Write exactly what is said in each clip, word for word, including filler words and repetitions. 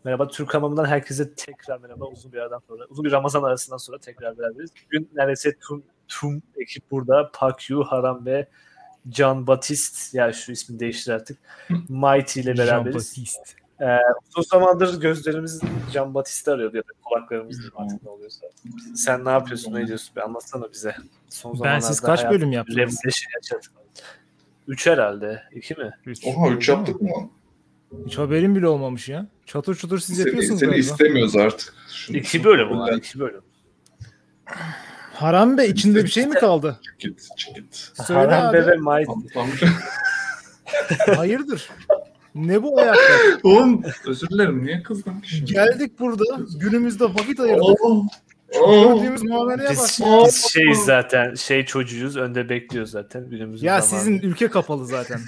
Merhaba. Türk Hamamı'ndan herkese tekrar merhaba. Uzun bir aradan sonra, uzun bir Ramazan arasından sonra tekrar beraberiz. Bugün neredeyse tüm, tüm ekip burada. Pakyu, Haram ve Can Batist, ya şu ismini değiştir artık. Mighty ile beraberiz. Can Batist. Ee, uzun zamandır gözlerimiz Can Batist'i arıyordu ya da kulaklarımız artık ne oluyorsa. Sen ne yapıyorsun, ne ediyorsun? Bir anlatsana bize. Son ben siz kaç bölüm yaptınız? Üç herhalde. İki mi? Üç. Oha üç yaptık mı? Hiç haberim bile olmamış ya. Çatır çutur siz seni, yapıyorsunuz seni galiba. istemiyoruz artık. Şunu, iki bölüm var. İki bölüm. Haram Bey içinde bir şey mi kaldı? Çık git, çık git. Söyle Haram Bey ve Mighty. Hayırdır? Ne bu ayaklar? Oğlum özür dilerim. Niye kızdın ki şimdi? Geldik burada. Günümüzde vakit ayırdık. Gördüğümüz muameleye bak. Biz, biz şey zaten şey çocuğuyuz. Önde bekliyoruz zaten. Günümüzün ya zamanı. Sizin ülke kapalı zaten.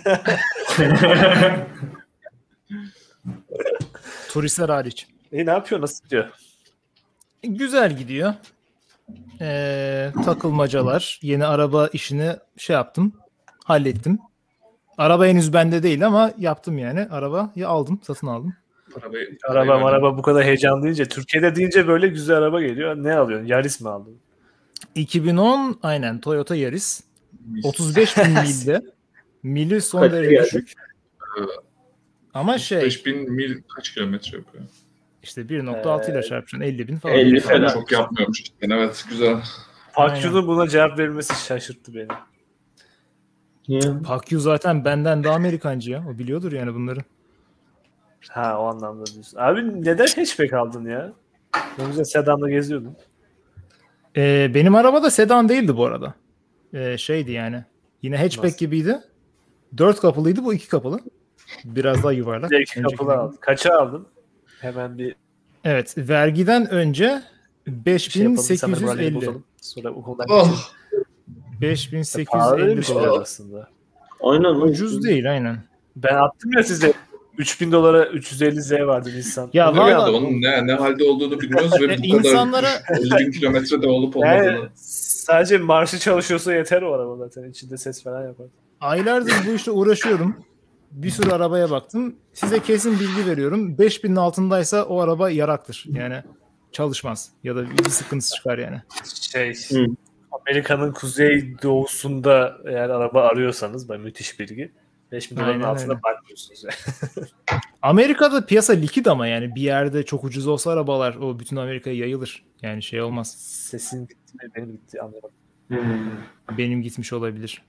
Turistler hariç. E ne yapıyor? Nasıl gidiyor? Güzel gidiyor. Ee, takılmacalar. Yeni araba işini şey yaptım. Hallettim. Araba henüz bende değil ama yaptım yani. Arabayı aldım. Satın aldım. Arabayı, araba araba bu kadar heyecan deyince. Türkiye'de deyince böyle güzel araba geliyor. Ne alıyorsun? Yaris mi aldın? iki bin on aynen Toyota Yaris. otuz beş bin milde. Mili son Kaç derece düşük. Ama şey. otuz beş bin mil kaç kilometre yapıyor? İşte bir nokta altı ile çarpacaksın elli bin falan. elli falan. Çok yapmıyormuş işte. Evet güzel. Pakyu'nun buna cevap verilmesi şaşırttı beni. Yeah. Pakyu zaten benden daha Amerikancı ya. O biliyordur yani bunları. Ha o anlamda diyorsun. Abi neden hatchback aldın ya? Ne güzel sedanla geziyordun. Ee, benim araba da sedan değildi bu arada. Ee, şeydi yani. Yine hatchback Nasıl? gibiydi. Dört kapılıydı, bu iki kapılı. Biraz daha yuvarlak. İki kapılı aldın. Kaça aldın? Hemen bir... Evet. Vergiden önce beş bin sekiz yüz elli. Şey Sonra oh. beş bin sekiz yüz elli dolar aslında. Aynen. Ucuz değil aynen. Ben attım ya size. üç bin dolara üç yüz elli Z vardı Nissan. Ya valla onun ne ne halde olduğunu bilmiyoruz ve bu insanlara... kadar elli bin kilometrede olup olmadığını. Yani, sadece marşı çalışıyorsa yeter o araba zaten. İçinde ses falan yapar. Aylardır bu işte uğraşıyorum. Bir sürü arabaya baktım. Size kesin bilgi veriyorum. beş binin altındaysa o araba yaraktır. Yani çalışmaz. Ya da bir sıkıntısı çıkar yani. Şey... Hı. Amerika'nın kuzey doğusunda eğer araba arıyorsanız, böyle müthiş bilgi. beş bin doların altında bakmıyorsunuz. Amerika'da piyasa likit ama yani bir yerde çok ucuz olsa arabalar o bütün Amerika'ya yayılır. Yani şey olmaz. Sesin gitti mi? Benim gitti anlamadım. Hmm. Benim gitmiş olabilir.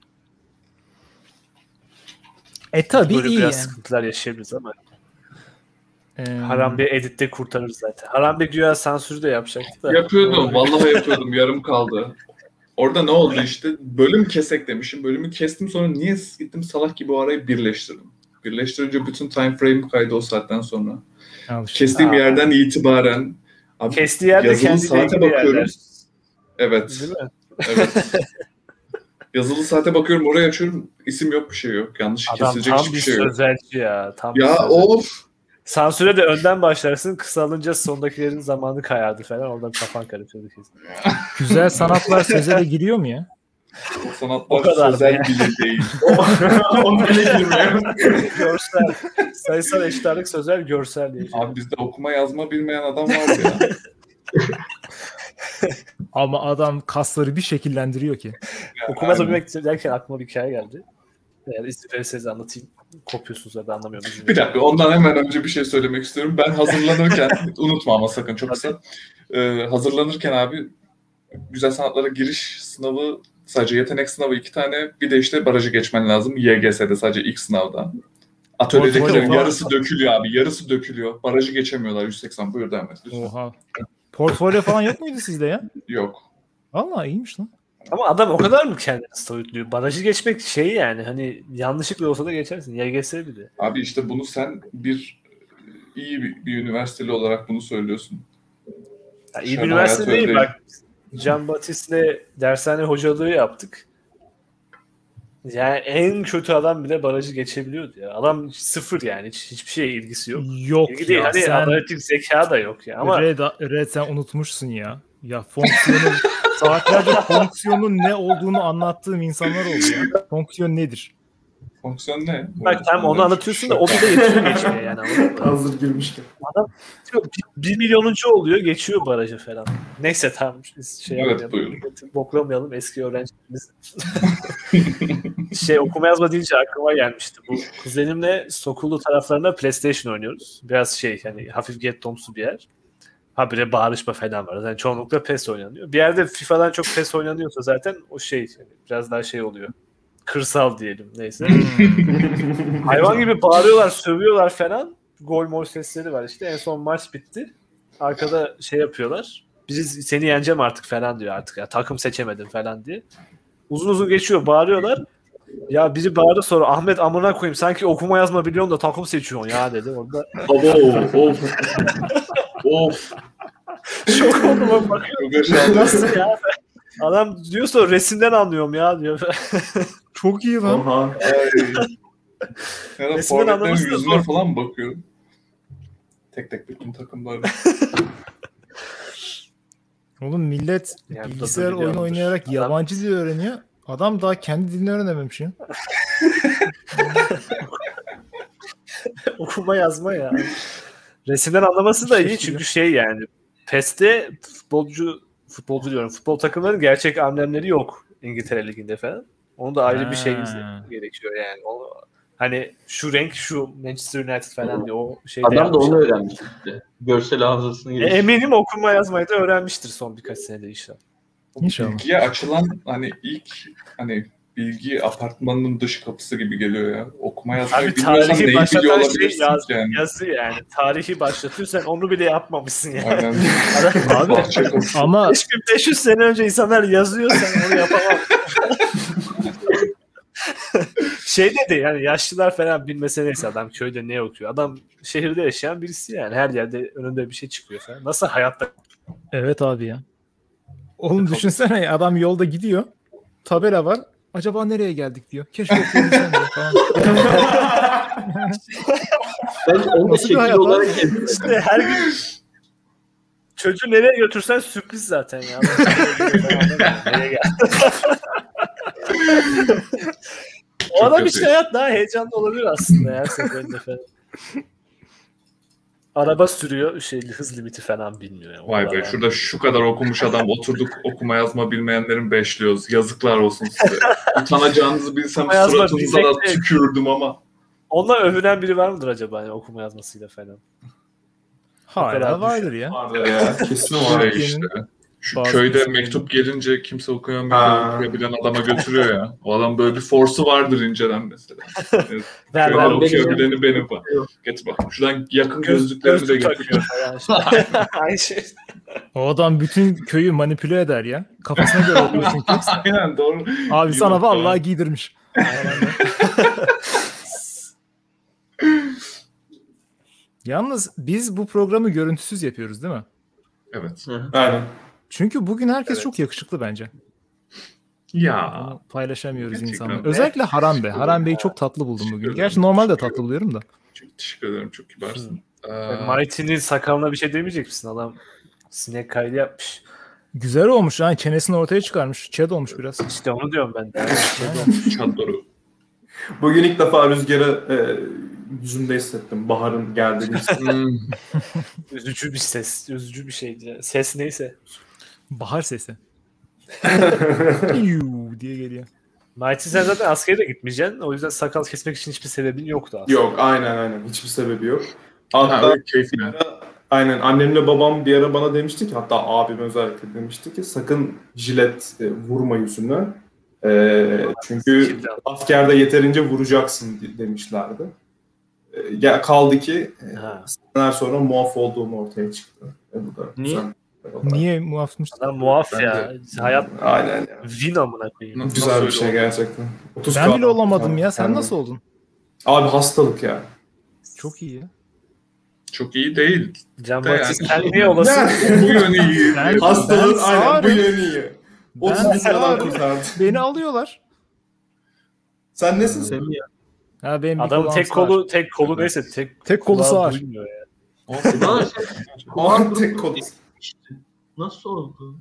E tabii böyle iyi biraz yani. Sıkıntılar yaşayabiliriz ama ee... Haram Bey editte kurtarır zaten. Haram Bey güya sansürü de yapacaktı da. Yapıyordum. Vallahi yapıyordum. Yarım kaldı. Orada ne oldu işte? Bölüm kesek demişim. Bölümü kestim, sonra niye gittim salak gibi o arayı birleştirdim. Birleştirince bütün time frame kaydı o saatten sonra. Alışın. Kestiğim Aa. yerden itibaren abi, kestiği yerde yazılı saate bakıyorum. Yerler. Evet. Evet. Yazılı saate bakıyorum, oraya açıyorum. İsim yok, bir şey yok. Yanlış adam kesilecek hiçbir şey yok. Adam tam bir sözelci ya. Tam ya of. Sansüre de önden başlarsın, kısalınca sondakilerin zamanı kayardı falan. Oradan kafan karışıyordu kesin. Güzel sanatlar söze de giriyor mu ya? Sanatlar o kadar sözel bile değil. Onu bile girmiyor. Görsel. Sayısal eşitlik sözel görsel diye. Abi bizde okuma yazma bilmeyen adam vardı ya. Ama adam kasları bir şekillendiriyor ki. Yani okuma yazma bilmek derken aklıma bir hikaye geldi. Eğer izin verirseniz anlatayım. Kopuyorsunuz ya da anlamıyorum. Bir dakika, ondan hemen önce bir şey söylemek istiyorum. Ben hazırlanırken, unutma ama sakın çok kısa. Ee, hazırlanırken abi güzel sanatlara giriş sınavı, sadece yetenek sınavı iki tane, bir de işte barajı geçmen lazım. Y G S'de sadece ilk sınavda. Atölyedekilerin yarısı dökülüyor abi, yarısı dökülüyor. Barajı geçemiyorlar. yüz seksen buyur devam et lütfen. Oha. Portfolyo falan yok muydu sizde ya? Yok. Vallahi iyiymiş lan. Ama adam o kadar mı kendini soyutluyor? Barajı geçmek şey yani, hani yanlışlıkla olsa da geçersin. Y G S bir de. Abi işte bunu sen bir iyi bir, bir üniversiteli olarak bunu söylüyorsun. Ya iyi bir üniversite değil bak. Can Batist'le dershane hocalığı yaptık. Yani en kötü adam bile barajı geçebiliyordu ya. Adam sıfır yani. Hiç, hiçbir şeye ilgisi yok. Yok İlgi ya. Değil. Hani sen... analitik zeka da yok ya. Ama... Red, Red sen unutmuşsun ya. Ya fonksiyonu saatlerce fonksiyonun ne olduğunu anlattığım insanlar oldu ya. Fonksiyon nedir? Fonksiyon ne? Bak tam onu anlatıyorsun da o bile yetiyor geçmeye yani. Hazır girmişken. Adam bir, bir milyonuncu oluyor geçiyor barajı falan. Neyse tamam biz şey Evet, yapmayalım. Boklamayalım eski öğrencilerimiz. şey okuma yazma deyince aklıma gelmişti. Bu kuzenimle Sokullu taraflarında PlayStation oynuyoruz. Biraz şey hani hafif gettomsu bir yer. Habire bağırışma falan var. Yani çoğunlukla PES oynanıyor. Bir yerde FIFA'dan çok PES oynanıyorsa zaten o şey yani biraz daha şey oluyor. Kırsal diyelim neyse. Hayvan gibi bağırıyorlar, sövüyorlar falan. Gol mol sesleri var işte. En son maç bitti. Arkada şey yapıyorlar. Biz seni yeneceğim artık falan diyor artık. Ya takım seçemedim falan diye. Uzun uzun geçiyor, bağırıyorlar. Ya biri bağırdı sonra Ahmet amına koyayım sanki okuma yazma biliyorsun da takım seçiyorsun ya dedi. Orada Baba of. Of. şok oldum bakıyorum. Nasıl ya? Adam diyorsa resimden anlıyorum ya diyor. Çok iyi lan. Oha. Ya da Resmen forvetlerin anlaması da yüzüne zor. falan mı bakıyorum? Tek tek bütün takımları. Oğlum millet Yani bu da bilgisayar oyun biliyordur. oynayarak Adam- yabancı dil öğreniyor. Adam daha kendi dilini öğrenememiş ya. Okuma yazma ya. Resimden anlaması da iyi Şaşırıyor. çünkü şey yani PES'te futbolcu futbolcu diyorum futbol takımlarının gerçek amblemleri yok İngiltere Ligi'nde falan. Onu da ayrı bir şey Ha. gerekiyor yani. O, hani şu renk şu Manchester United falan diye o şey Adam da onu öğrenmiş işte. Görsel hafızasını E, geliştirmiş. eminim okuma yazmayı da öğrenmiştir son birkaç senede inşallah. İnşallah. Bilgiye açılan hani ilk hani bilgi apartmanının dış kapısı gibi geliyor ya. Okuma yazmayı Abi bilmiyorsan tarihi neyi biliyor başlatan şey olabilirsin yaz, ki yani. yazı yani. Tarihi başlatıyor sen onu bile yapmamışsın yani. Aynen. Abi Bahçe kapısı. ama beş bin beş yüz sene önce insanlar yazıyor sen onu yapamam. şey dedi yani yaşlılar falan bilmese neyse adam köyde ne okuyor. Adam şehirde yaşayan birisi yani her yerde önünde bir şey çıkıyor falan. Nasıl hayatta evet abi ya. Oğlum düşünsene ya, adam yolda gidiyor. Tabela var. Acaba nereye geldik diyor. Keşke okuyabilsem diyor falan. Bence onu da Nasıl bir şekil hayat olarak abi? gezdim. işte her gün çocuğu nereye götürsen sürpriz zaten ya. Nereye geldi? O Çok adam kötü. için hayat daha heyecanlı olabilir aslında her seferinde falan. Araba sürüyor, şey hız limiti falan bilmiyor. Yani. Vay be şurada şu kadar okumuş adam oturduk okuma yazma bilmeyenlerin beşliyoruz. Yazıklar olsun size. Utanacağınızı bilsem Okuma yazma suratınıza da bilecek de- tükürdüm ama. Onunla övünen biri var mıdır acaba yani okuma yazmasıyla falan? kadar Hala düşün. vardır ya. Vardır ya. Kesin var. Şey işte. Şu Bazı köyde kesimlerin- mektup gelince kimse okuyamıyor Ha. da okuyabilen adama götürüyor ya. O adam böyle bir force'u vardır inceden mesela. Evet, Ver köyde ver. Abi, okuyabileni benim var. Getir bak. Şuradan yakın gözlüklerimi de Gözlük getir. takıyor falan. Aynı şey. O adam bütün köyü manipüle eder ya. Kafasına göre okuyor çünkü. Aynen doğru. Abi İyi sana bak vallahi ya. giydirmiş. Yalnız biz bu programı görüntüsüz yapıyoruz değil mi? Evet. Aynen. Çünkü bugün herkes Evet. çok yakışıklı bence. Ya. Bunu paylaşamıyoruz Gerçekten insanlarla. mi? Özellikle Haram Bey. Haram Bey'i çok tatlı buldum bugün. Gerçi normalde tatlı buluyorum da. Çok teşekkür ederim. Çok kibarsın. Ee, Mighty'nin sakalına bir şey demeyecek misin? Adam sinek kaydı yapmış. Güzel olmuş. Yani çenesini ortaya çıkarmış. Çed olmuş biraz. İşte onu diyorum ben de. Aynen. Çadları. Bugün ilk defa rüzgarı e, yüzümde hissettim. Baharın geldiğini hissettim. Hmm. Üzücü bir ses. Üzücü bir şeydi. Ses neyse. Bahar sesi. Yuu diye geliyor. Mighty sen zaten askere de gitmeyeceksin. O yüzden sakal kesmek için hiçbir sebebin yoktu aslında. Yok aynen aynen. Hiçbir sebebi yok. Ha, Hatta öyle keyfine. aynen annemle babam bir ara bana demişti ki hatta abim özellikle demişti ki sakın jilet e, vurma yüzüne. E, çünkü Kimden? askerde yeterince vuracaksın de- demişlerdi. E, ya kaldı ki e, Ha. seneler sonra muaf olduğum ortaya çıktı. E, bu da Niye? güzel. Niye muafmış? Adam muaf Ben ya. de- Hayat Aynen ya. win amına koyayım. Nasıl Güzel bir öyle şey oldu? gerçekten. otuz Ben bile kaldı. olamadım ya. Sen Yani. nasıl oldun? Abi hastalık ya. Çok iyi ya. Çok iyi değil. Can De Batist yani. sen niye olasın? Yani. Bu yönü iyi. Ben- Hastalığın ben aynen bu sağırım. yönü iyi. Ben otuz bin liradan sağırım. kurtardı. Beni alıyorlar. Sen nesin? Sen mi ya? Ha benim bir Adamın kulağım tek sağır. kolu tek kolu neyse tek Tek kolu kulağı sağır. duymuyor ya. Lan sen Aa, tek kod. nasıl oldu?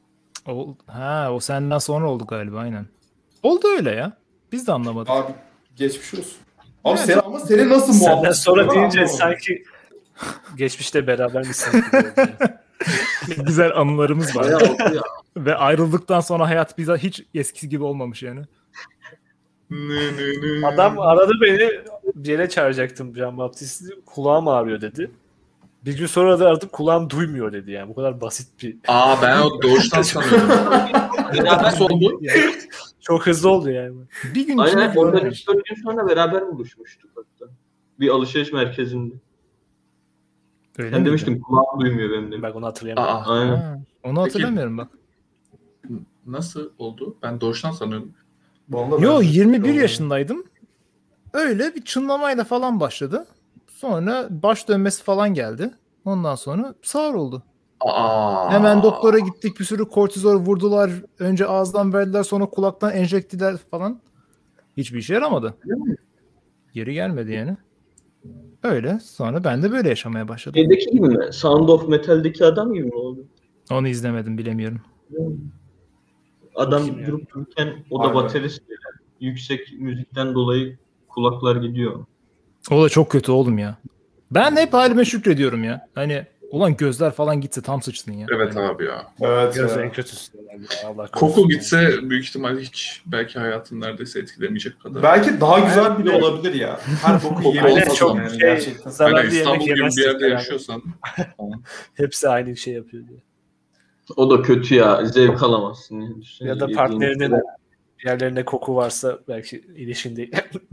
O, ha o senden sonra oldu galiba aynen. Oldu öyle ya. Biz de anlamadık. Abi Geçmiş olsun. Abi Evet. sen, ama seni nasıl Senden muhabbet sonra ediyorlar deyince anlamadım. sanki geçmişte beraber misin? gibi oldu ya. Güzel anılarımız var. Bayağı oldu ya. Ve ayrıldıktan sonra hayat bize hiç eskisi gibi olmamış yani. Nı nı nı. Adam aradı beni, bir yere çağıracaktım Can Baptist'i. Kulağım ağrıyor dedi. Bir gün sonra da aradım, kulağım duymuyor dedi yani. Bu kadar basit bir... Aa ben o doğuştan sanıyordum. Beraber Nasıl oldu? Yani çok hızlı oldu yani. Bir gün içinde Aynen ondan görmedim. üç dört gün sonra beraber buluşmuştuk hatta. Bir alışveriş merkezinde. Öyle Ben miydi? demiştim kulağım duymuyor benim de. Bak onu hatırlayamadım. Aa Aynen. Ha, onu hatırlamıyorum bak. nasıl oldu? Ben doğuştan sanıyordum. Vallahi Yo ben- yirmi bir Vallahi. yaşındaydım. Öyle bir çınlamayla falan başladı. Sonra baş dönmesi falan geldi. Ondan sonra sağır oldu. Aa. Hemen doktora gittik, bir sürü kortizol vurdular. Önce ağızdan verdiler, sonra kulaktan enjektiler falan. Hiçbir işe yaramadı. Geri gelmedi yani. Öyle. Sonra ben de böyle yaşamaya başladım. Şeydeki gibi mi? Sound of Metal'deki adam gibi mi oldu? Onu izlemedim, bilemiyorum. Adam Kim ya? durup dururken o da Aynen. baterist. Yüksek müzikten dolayı kulaklar gidiyor. O da çok kötü oğlum ya. Ben hep halime şükrediyorum ya. Hani ulan gözler falan gitse tam sıçtın ya. Evet Hani, abi ya. Evet Göz ya. en kötüsü. Yani. Allah korusun. Koku gitse büyük ihtimalle hiç belki hayatını neredeyse etkilemeyecek kadar. Belki daha güzel bile olabilir ya. Her boku Koku yiyebilirsin olmaz çok yani şey, gerçekten. Aynen, zararlı İstanbul yemek gibi bir yemezsin yerde falan. yaşıyorsan. Hepsi aynı şey yapıyor diye. O da kötü ya. Zevk alamazsın. Yani. Düşünsene, Ya da yediğin partnerinin şeyler. yerlerine koku varsa belki ilişkinde...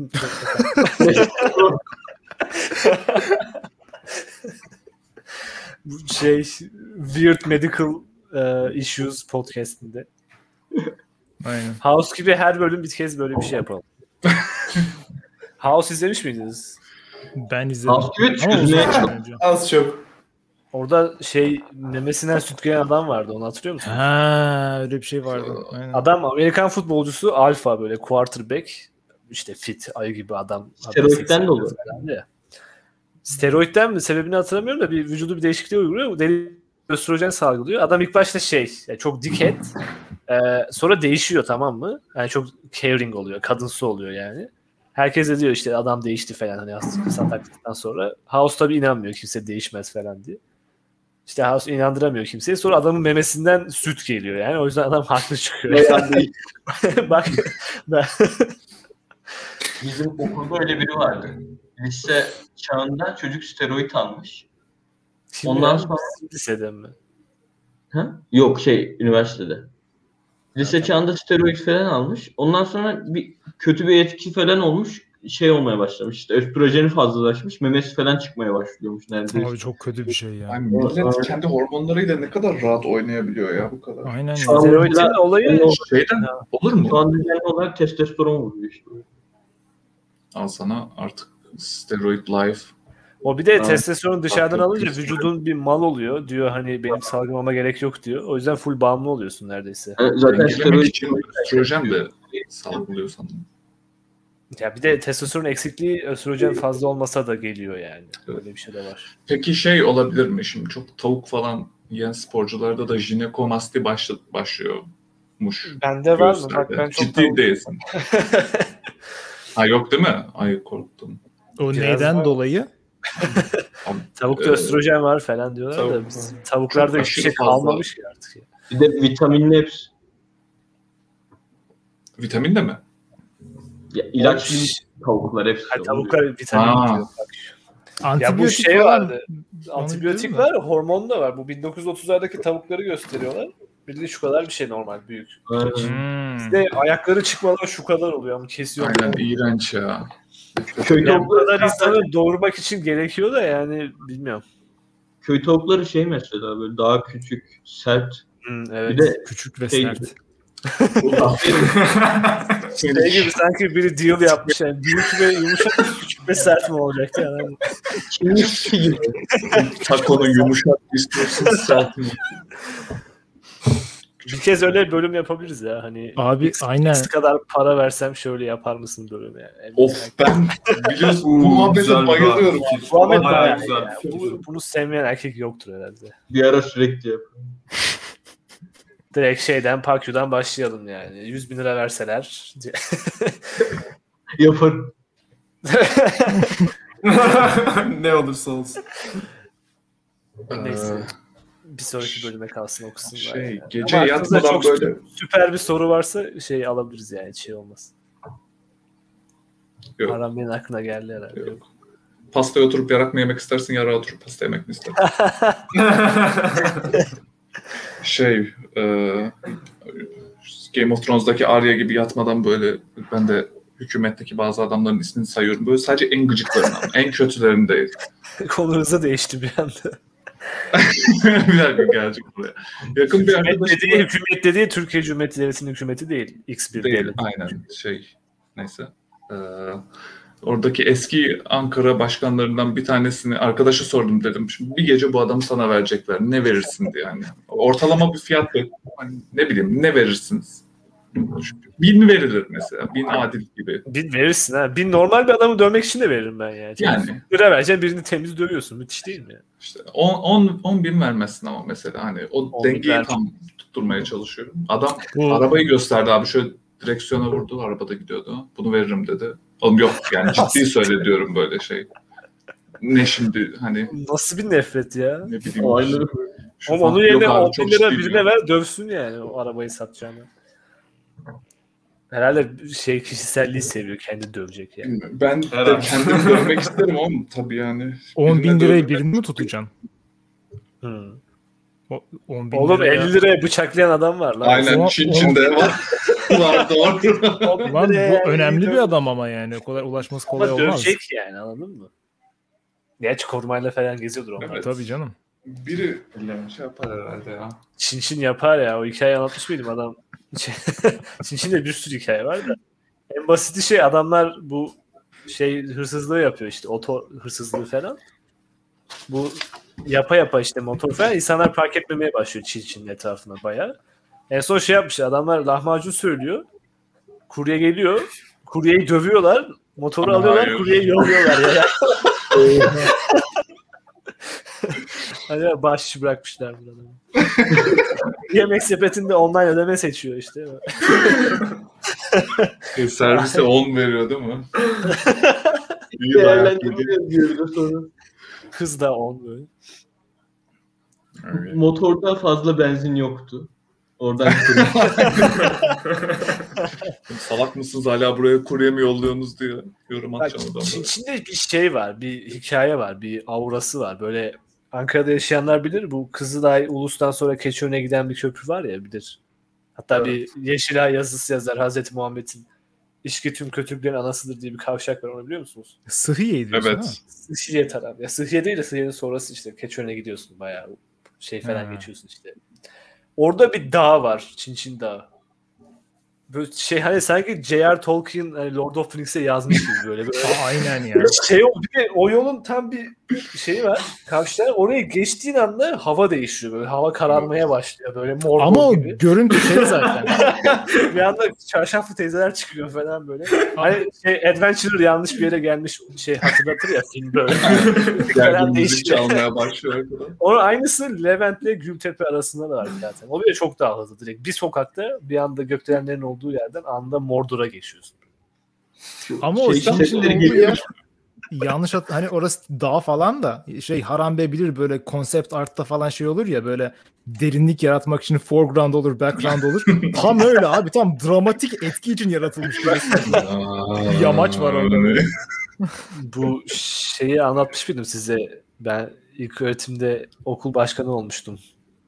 Bu şey Weird Medical e, Issues podcast'inde. aynen. House gibi her bölüm bir kez böyle bir şey yapalım. House izlemiş miydiniz? Ben izledim. House gibi Ama uzun tükürmeye zaman önce. Az çok. Orada şey memesinden süt gelen adam vardı, onu hatırlıyor musun? Ha, öyle bir şey vardı. Aynen. Adam Amerikan futbolcusu, alfa böyle quarterback, işte fit ayı gibi adam. Steroidden dolu. Ya. Steroidden mi? Sebebini hatırlamıyorum da bir vücudu bir değişikliğe uyguluyor. Deli östrojen salgılıyor. Adam ilk başta şey yani çok dikhet. Ee, sonra değişiyor, tamam mı? Yani çok caring oluyor. Kadınsı oluyor yani. Herkes de diyor işte adam değişti falan hani sataklıktan sonra. House tabii inanmıyor kimse değişmez falan diye. İşte House inandıramıyor kimseyi. Sonra adamın memesinden süt geliyor yani. O yüzden adam haklı çıkıyor. Bayağı değil. Bak ben... Bizim okulda öyle biri vardı. Lise çağında çocuk steroid almış. Şimdi Ondan yani sonra- liseden mi? Ha? Yok şey üniversitede. Lise çağında steroid falan almış. Ondan sonra bir kötü bir etki falan olmuş. Şey olmaya başlamış. İşte östrojeni fazlalaşmış. Memesi falan çıkmaya başlıyormuş neredeyse. Abi çok kötü bir şey ya. Yani millet kendi hormonlarıyla ne kadar rahat oynayabiliyor ya bu kadar. Aynen Şu ya. an- Steroidin olayı Şeyden olur mu? Şu an düzenli olarak testosteron vuruyor işte. Al sana artık steroid life. o bir de Ha. testosteronu dışarıdan Bak, alınca bak. vücudun bir mal oluyor. Diyor hani benim salgılamama gerek yok diyor. O yüzden full bağımlı oluyorsun neredeyse. Yani zaten Dengelemek steroid için östrojen de salgılıyor sanırım. Ya bir de testosteron eksikliği östrojen fazla olmasa da geliyor yani. Öyle bir şey de var. Peki şey olabilir mi? Şimdi çok tavuk falan yiyen sporcularda da jinekomasti başla, başlıyormuş. Bende var mı? göğüslerde. Bak ben çok Ciddi tavuk- değilsin. Ha yok değil mi? Ay korktum. O Biraz neyden var. dolayı? Tavukta Ee, östrojen var falan diyorlar da tavuk- biz tavuklarda Çok hiçbir şey aşırı fazla. kalmamış ki artık. Ya. bir de vitaminli hepsi. Vitamin de mi? Ya, ilaçlı tavuklar hepsi. Hayır, tavuklar vitamin Ha. diyor. Ya Antibiyotik bu şey falan- vardı. Onu Antibiyotik biliyorum var, hormon da var. Bu bin dokuz yüz otuzlardaki tavukları gösteriyorlar. Bir de şu kadar bir şey normal, büyük. Aynen. Hmm. Bir de ayakları çıkmadan şu kadar oluyor ama kesiyor. Aynen iğrenç ya. Köy Yani bu tavukları, kadar insanı doğurmak için gerekiyor da yani bilmiyorum. köy tavukları şey mesela böyle daha küçük, sert. Hmm, evet. Bir de Küçük ve şey sert. Şey gibi sanki biri deal yapmış yani. Büyük ve yumuşak, küçük ve sert mi olacaktı yani? Çinmiş gibi. Takonun yumuşak istiyorsun sert mi? Bir kez öyle bölüm yapabiliriz ya. Hani Abi X, aynen. X kadar para versem şöyle yapar mısın bölümü yani. Of ben biliyorsun bu Uuu, muhabbete güzel bir bayılıyorum. Muhammed Bayağı bayağı güzel. yani. Bu, bunu sevmeyen erkek yoktur herhalde. Bir ara sürekli yap. Direkt şeyden, Pakyu'dan başlayalım yani. yüz bin lira verseler. Yaparım. Ne olursa olsun. Neyse. Ee, Bir sonraki bölüme kalsın okusunlar. Şey, yani. gece Ama aklınızda yatmadan çok böyle- süper bir soru varsa şey alabiliriz yani, hiç şey olmaz. Yok. Aram benim aklına geldi herhalde. Yok. Pastaya oturup yarak mı yemek istersin, yara oturup pasta yemek mi istersin? şey, e, Game of Thrones'daki Arya gibi yatmadan böyle ben de hükümetteki bazı adamların ismini sayıyorum. Böyle sadece en gıcıklarından, en kötülerini değil. Konu hızla değişti bir anda. bir dakika gelecek buraya. Yakın bir Hükümet arkadaşım dediği, hükümet dediği Türkiye Cumhuriyeti Devleti'nin hükümeti değil. X bir değil. devlet. Aynen şey neyse. Ee, oradaki eski Ankara başkanlarından bir tanesini arkadaşa sordum, dedim. Şimdi bir gece bu adamı sana verecekler. Ne verirsin diye yani. Ortalama bir fiyat be. Hani ne bileyim ne verirsiniz? Bin verilir mesela. Bin adil gibi. Bin verirsin ha. Bin normal bir adamı dövmek için de veririm ben yani. Yani. Lira vereceksin, birini temiz dövüyorsun. Müthiş değil mi? İşte on bin vermezsin ama mesela hani o on bin dengeyi ver. tam tutturmaya çalışıyorum. Adam Bu arabayı gösterdi abi, şöyle direksiyona vurdu, arabada gidiyordu. Bunu veririm dedi. Oğlum yok yani ciddi söyle diyorum böyle şey. Ne şimdi hani Nasıl bir nefret ya? ne bileyim. O ayları şu Oğlum falan. onun Yok yerine abi, on çok bin lira ciddiyim birine ya. ver, dövsün yani o arabayı satacağını. Herhalde şey kişiselliği seviyor, kendi dövecek yani. Bilmiyorum. Ben de Herhalde. kendimi görmek isterim ama tabii yani. on bin birine lirayı dövmek- birini mi tutacaksın? Hmm. O- on bin Oğlum liraya- elli liraya bıçaklayan adam var lan. Aynen O- Çin o- Çin'de var. var doğru. Lan bu önemli bir adam ama yani. O kadar ulaşması kolay Ama olmaz. dövecek yani, anladın mı? Gerçi korumayla falan geziyordur onlar. Evet. Tabii canım. Biri şey yapar herhalde ya. Çin Çin yapar ya. O hikayeyi anlatmış mıydım adam? Çin Çin'de bir sürü hikaye var da. En basiti şey, adamlar bu şey hırsızlığı yapıyor işte. Oto hırsızlığı falan. Bu yapa yapa işte motor falan. İnsanlar park etmemeye başlıyor Çin Çin'in etrafına bayağı. En son şey yapmış. Adamlar lahmacun söylüyor. Kurye geliyor. Kuryeyi dövüyorlar. Motoru Ama alıyorlar. hayır. Kuryeyi yolluyorlar ya. Hani bahşiş bırakmışlar burada. Yemek sepetinde online ödeme seçiyor işte. E, servise on veriyor değil mi? İyi dayak yedi. değerlendiriyor diyor da sonra. Kız da on böyle. Öyle. Motorda fazla benzin yoktu. Oradan Salak mısınız hala buraya kurye mi yolluyorsunuz diye yorum Bak, atacağım adamlara. Çin- Çin'de bir şey var, bir hikaye var, bir aurası var. Böyle Ankara'da yaşayanlar bilir, bu Kızılay Ulus'tan sonra Keçiören'e giden bir köprü var ya, bilir. Hatta Evet. bir Yeşilay yazısı yazar, Hazreti Muhammed'in içki tüm kötülüklerin anasıdır diye bir kavşak var, onu biliyor musunuz? Sıhhiye diyorsun Evet. ha? Sıhhiye taraf. Ya Sıhhiye değil de Sıhhiye'nin sonrası işte. Keçiören'e gidiyorsun, bayağı şey falan Ha. geçiyorsun işte. Orada bir dağ var, Çin Çin Dağı. Böyle şey, hani sanki J R. Tolkien hani Lord of the Rings'e yazmış gibi böyle. böyle Aa, aynen ya. şey o, bir de o yolun tam bir şeyi var. Kavşağı, oraya geçtiğin anda hava değişiyor böyle. Hava kararmaya başlıyor böyle mor Ama mor o gibi. görüntü şey zaten. Bir anda çarşaflı teyzeler çıkıyor falan böyle. Hani şey Adventurer yanlış bir yere gelmiş şey hatırlatır ya film böyle. Gergin falan müzik değişiyor. çalmaya başlıyor falan. Onun aynısı Levent'le Gültepe arasında da var zaten. O bile çok daha hızlı direkt. Bir sokakta bir anda gökdelenlerin olduğu yerden anda Mordor'a geçiyorsun. Ama o Şey, Çin sesleri olduğu geliyor. yer yanlış hat- hani orası dağ falan da şey Harambe bilir böyle konsept artta falan şey olur ya böyle derinlik yaratmak için foreground olur background olur. Tam öyle abi, tam dramatik etki için yaratılmış gibi. Bir yamaç var orada böyle. Bu şeyi anlatmış mıydım size? Ben ilk öğretimde okul başkanı olmuştum.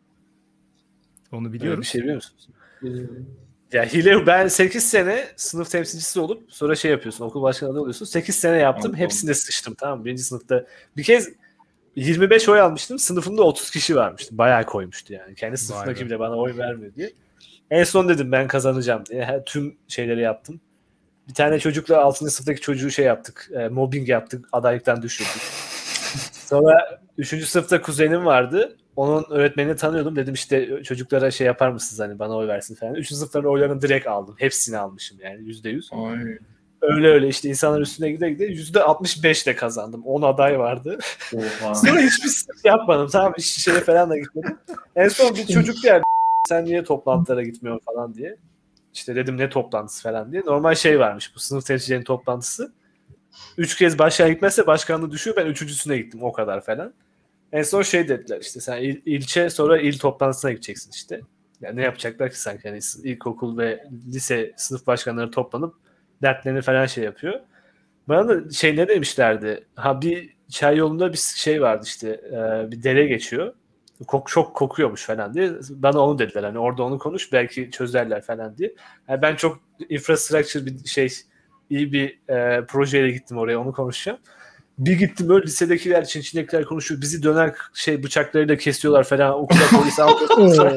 Onu Böyle bir biliyoruz. şey biliyor musunuz? Ya hile, ben sekiz sene sınıf temsilcisi olup sonra şey yapıyorsun, okul başkanı adayı oluyorsun. sekiz sene yaptım. Tamam. Hepsinde sıçtım, tamam mı? Birinci sınıfta bir kez yirmi beş oy almıştım. Sınıfımda otuz kişi varmıştı. Bayağı koymuştu yani. Kendi sınıfındaki be. bile bana oy vermiyor diye. En son dedim ben kazanacağım diye. Her, tüm şeyleri yaptım. Bir tane çocukla altıncı sınıftaki çocuğu şey yaptık. E, mobbing yaptık. Adaylıktan düşürdük. Sonra üçüncü sınıfta kuzenim vardı. Onun öğretmenini tanıyordum. Dedim işte çocuklara şey yapar mısınız hani bana oy versin falan. Üçüncü sınıfların oylarını direkt aldım. Hepsini almışım yani yüzde yüz. Ay. Öyle öyle işte insanlar üstüne gide gide yüzde altmış beşle kazandım. on aday vardı. Oha. Sonra hiçbir sıkıntı yapmadım. Tamam, hiç şeye falan da gitmedim. En son bir çocuk geldi. Sen niye toplantılara gitmiyorsun falan diye. İşte dedim ne toplantısı falan diye. Normal şey varmış bu sınıf temsilcilerinin toplantısı. Üç kez başkan gitmezse başkanlığı düşüyor. Ben üçüncüsüne gittim o kadar falan. En son şey dediler işte sen il, ilçe sonra il toplantısına gideceksin işte. Yani ne yapacaklar ki sanki yani ilkokul ve lise sınıf başkanları toplanıp dertlerini falan şey yapıyor. Bana da şey ne demişlerdi? Ha bir çay yolunda bir şey vardı işte e, bir dere geçiyor. Kok, çok kokuyormuş falan diye. Bana onu dediler. Hani orada onu konuş belki çözerler falan diye. Yani ben çok infrastructure bir şey iyi bir e, projeyle gittim oraya onu konuşacağım. Bir gittim böyle lisedekiler, Çinçindekiler konuşuyor. Bizi döner şey bıçaklarıyla kesiyorlar falan. Okula polis almıyor.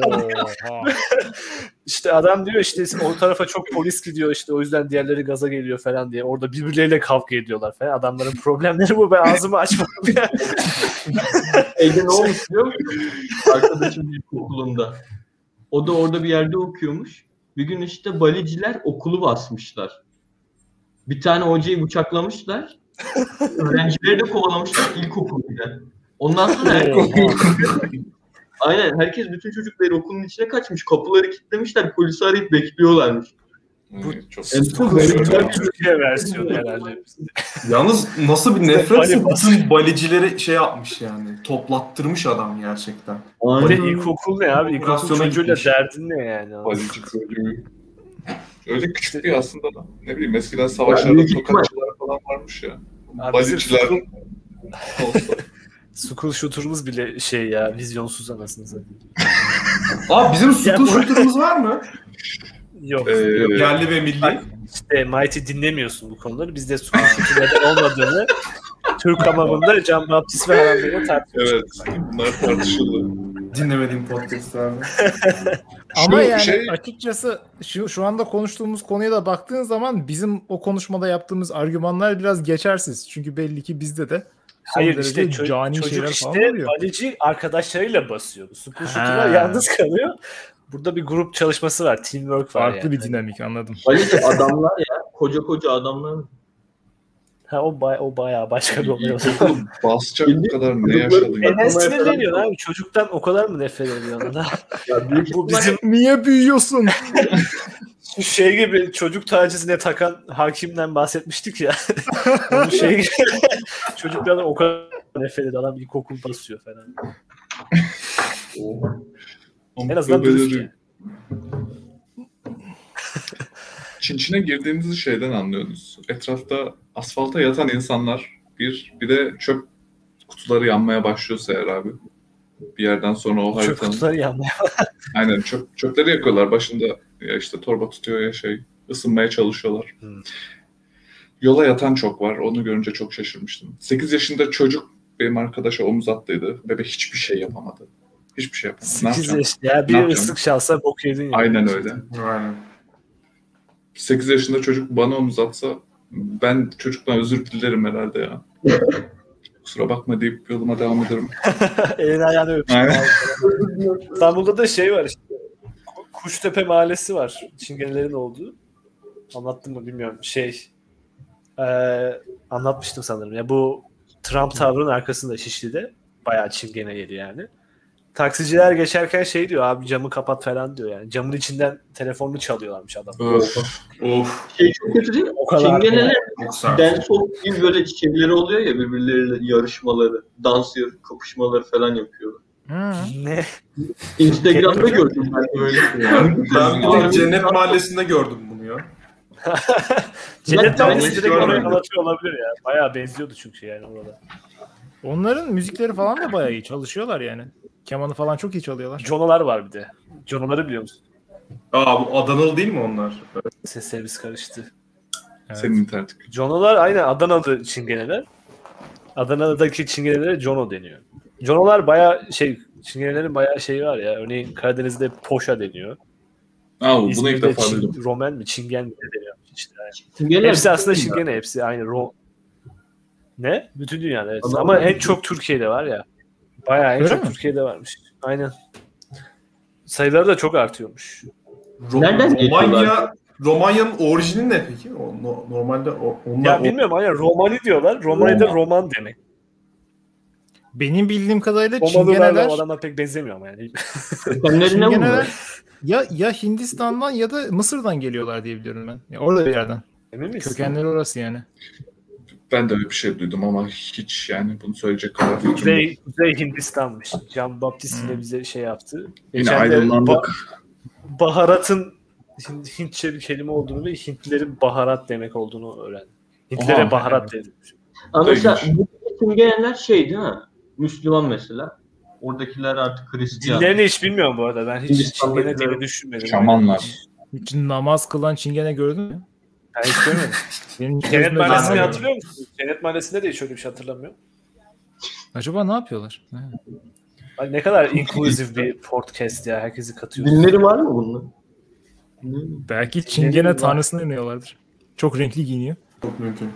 İşte adam diyor işte o tarafa çok polis gidiyor işte o yüzden diğerleri gaza geliyor falan diye. Orada birbirleriyle kavga ediyorlar falan. Adamların problemleri bu. Ben ağzımı açmadım ya. Evde ne olmuş biliyor musun? Arkadaşım ilkokulunda. O da orada bir yerde okuyormuş. Bir gün işte baliciler okulu basmışlar. Bir tane hocayı bıçaklamışlar. Öğrencileri de kovalamışlar ilkokulda. Ondan sonra herkes, aynen herkes bütün çocukları okulun içine kaçmış. Kapıları kilitlemişler. Polisi arayıp bekliyorlarmış. Bu çok Türkiye versiyonu herhalde. Yalnız nasıl bir nefretse Bali bütün balicileri şey yapmış yani. Toplattırmış adam gerçekten. Bir de Aynen. ilkokul ne abi? İlkokul Operasyona çocuğuyla gitmiş. derdin ne yani? Balici çocuğu. Öyle küçük bir aslında da. Ne bileyim eskiden savaşlarda büyük ihtimal. tokatçılar falan varmış ya. Abi bizim Baliciler school, olsa. school shooter'ımız bile şey ya vizyonsuz anasını satayım. Abi bizim Ya school bu- shooter'ımız var mı? Yok. Ee, Yerli ve milli. Bak, İşte Mighty dinlemiyorsun bu konuları. Biz de school shooter neden olmadığını Türk hamamında Can Baptist ve Harambe'yle tartışıyoruz. evet. Bunlar tartışıldı. Dinlemediğim podcast'larda. Ama Şu yani şey- açıkçası şu, şu anda konuştuğumuz konuya da baktığın zaman bizim o konuşmada yaptığımız argümanlar biraz geçersiz. Çünkü belli ki bizde de son Hayır derece işte ço- cani çocuk şeyler işte falan oluyor. balici arkadaşlarıyla basıyor. School Ha. shooter'lar yalnız kalıyor. Burada bir grup çalışması var. Teamwork var Farklı yani. bir dinamik anladım. Balici adamlar ya. Koca koca adamlar. Ha, o, bay- o bayağı başka bir olay. İlkokulu basacak Bildiğin kadar ne çocukları- yaşadın ya? Neden sinirleniyorsun abi? Çocuktan o kadar mı nefret ediyorsun? Ha? Ya büyük Bu bizim Niye büyüyorsun? şu şey gibi çocuk tacizine takan hakimden bahsetmiştik ya. Bu şey gibi çocuklardan o kadar nefret ediyor. Adam ilkokul basıyor falan. En azından dürüst yani. Çinçine girdiğimizi şeyden anlıyoruz. Etrafta asfalta yatan insanlar bir, bir de çöp kutuları yanmaya başlıyorsa eğer abi. Bir yerden sonra o Çöp haritanın... kutuları yanmaya. Aynen çöp, çöpleri yakıyorlar. Başında ya işte torba tutuyor ya şey ısınmaya çalışıyorlar. Hmm. Yola yatan çok var. Onu görünce çok şaşırmıştım. sekiz yaşında çocuk benim arkadaşa omuz attıydı. Bebek hiçbir şey yapamadı. Hiçbir şey yapamadı. Ne sekiz yapacağım? yaş. Ya Ne bir yapacağım? ıslık çalsa bok yedin ya. Aynen öyle. Aynen. sekiz yaşında çocuk bana omuz atsa ben çocuktan özür dilerim herhalde ya. Kusura bakma deyip yoluma devam ederim. Elini ayağını öpüyor. Aynen. İstanbul'da da şey var işte. Kuştepe Mahallesi var. Çingenelerin olduğu. Anlattım mı bilmiyorum. Şey e, anlatmıştım sanırım. Ya bu Trump Tower'ın arkasında Şişli'de. Bayağı Çingene yeri yani. Taksiciler geçerken şey diyor abi camı kapat falan diyor yani. Camın içinden telefonunu çalıyorlarmış adam. Öf. Of. şey çok kötü değil mi? O kadar. Çingeneler Çok sert. dance off gibi böyle şeyleri oluyor ya birbirleriyle yarışmaları, dans yar- kapışmaları falan yapıyorlar. Hı. Ne? Instagram'da gördüm ben öyle. Ben, ben bir tek Abi, Cennet Mahallesi'nde gördüm bunu ya. Cennet Ben Mahallesi hiç direkt oraya görmedim. anlatıyor olabilir ya. Bayağı benziyordu çünkü yani orada. Onların müzikleri falan da bayağı iyi çalışıyorlar yani. Kemanı falan çok iyi çalıyorlar. Jonolar var bir de. Jonoları biliyor musun? Aa bu Adanalı değil mi onlar? Ses servis karıştı. Evet. Senin internet. Jonolar aynen Adana'da Çingeneler. Adana'daki Çingenelere Jono deniyor. Jonolar bayağı şey Çingenelerin bayağı şeyi var ya. Örneğin Karadeniz'de Poşa deniyor. Aa, bunu ilk İzmir'de defa Çin, duydum. Romen mi? Çingen mi deniyor işte. Yani. Çingeneler Hepsi aslında bütün dünya. Çingene hepsi aynı. Ro- ne? Bütün dünyada evet. Adam- Ama en çok Türkiye'de var ya. Bayağı en Öyle çok mi? Türkiye'de varmış. Aynen. Sayıları da çok artıyormuş. Ro- Nereden Romanya, geliyorlar? Romanya'nın orijini ne peki? O, no- normalde o, onlar Ya bilmiyorum aynen Romani diyorlar. Romani'de roman demek. Benim bildiğim kadarıyla Romalılarla Çingeneler o adamlar pek benzemiyor ama yani. Kökenleri ne Çingeneler bunlar? Ya ya Hindistan'dan ya da Mısır'dan geliyorlar diye biliyorum ben. Ya orada bir yerden. Emin misin? Kökenleri orası yani. Ben de öyle bir şey duydum ama hiç yani bunu söyleyecek kadar fikrim yok. Kuzey, Kuzey Hindistan'mış. Can Baptist yine Hmm. bize şey yaptı. Yine Geçen de aydınlandık. ba- baharatın Hint- Hintçe bir kelime olduğunu ve Hintlilerin baharat demek olduğunu öğrendim. Hintlilere Oha. baharat denilmiş. Ama Da mesela ilginç. bu simgelenler şey değil mi? Müslüman mesela. Oradakiler artık Hristiyan. Dillerini hiç bilmiyorum bu arada. Ben hiç Hindistan'dakiler- Çingene diye düşünmedim. Şamanlar. Hiç namaz kılan Çingene gördün mü? Ben hiç görmedim. Benim Cennet gözümde Mahallesi'ni görmedim. hatırlıyor musun? Cennet Mahallesi'nde de hiç öyle bir şey hatırlamıyorum. Acaba ne yapıyorlar? Ha. Ay, ne kadar inclusive bir podcast ya. Herkesi katıyor. Dinleri var mı bunun? Bilmiyorum. Belki bileyim Çingene ben. tanrısına inanıyorlardır. Çok renkli giyiniyor. Çok mümkün.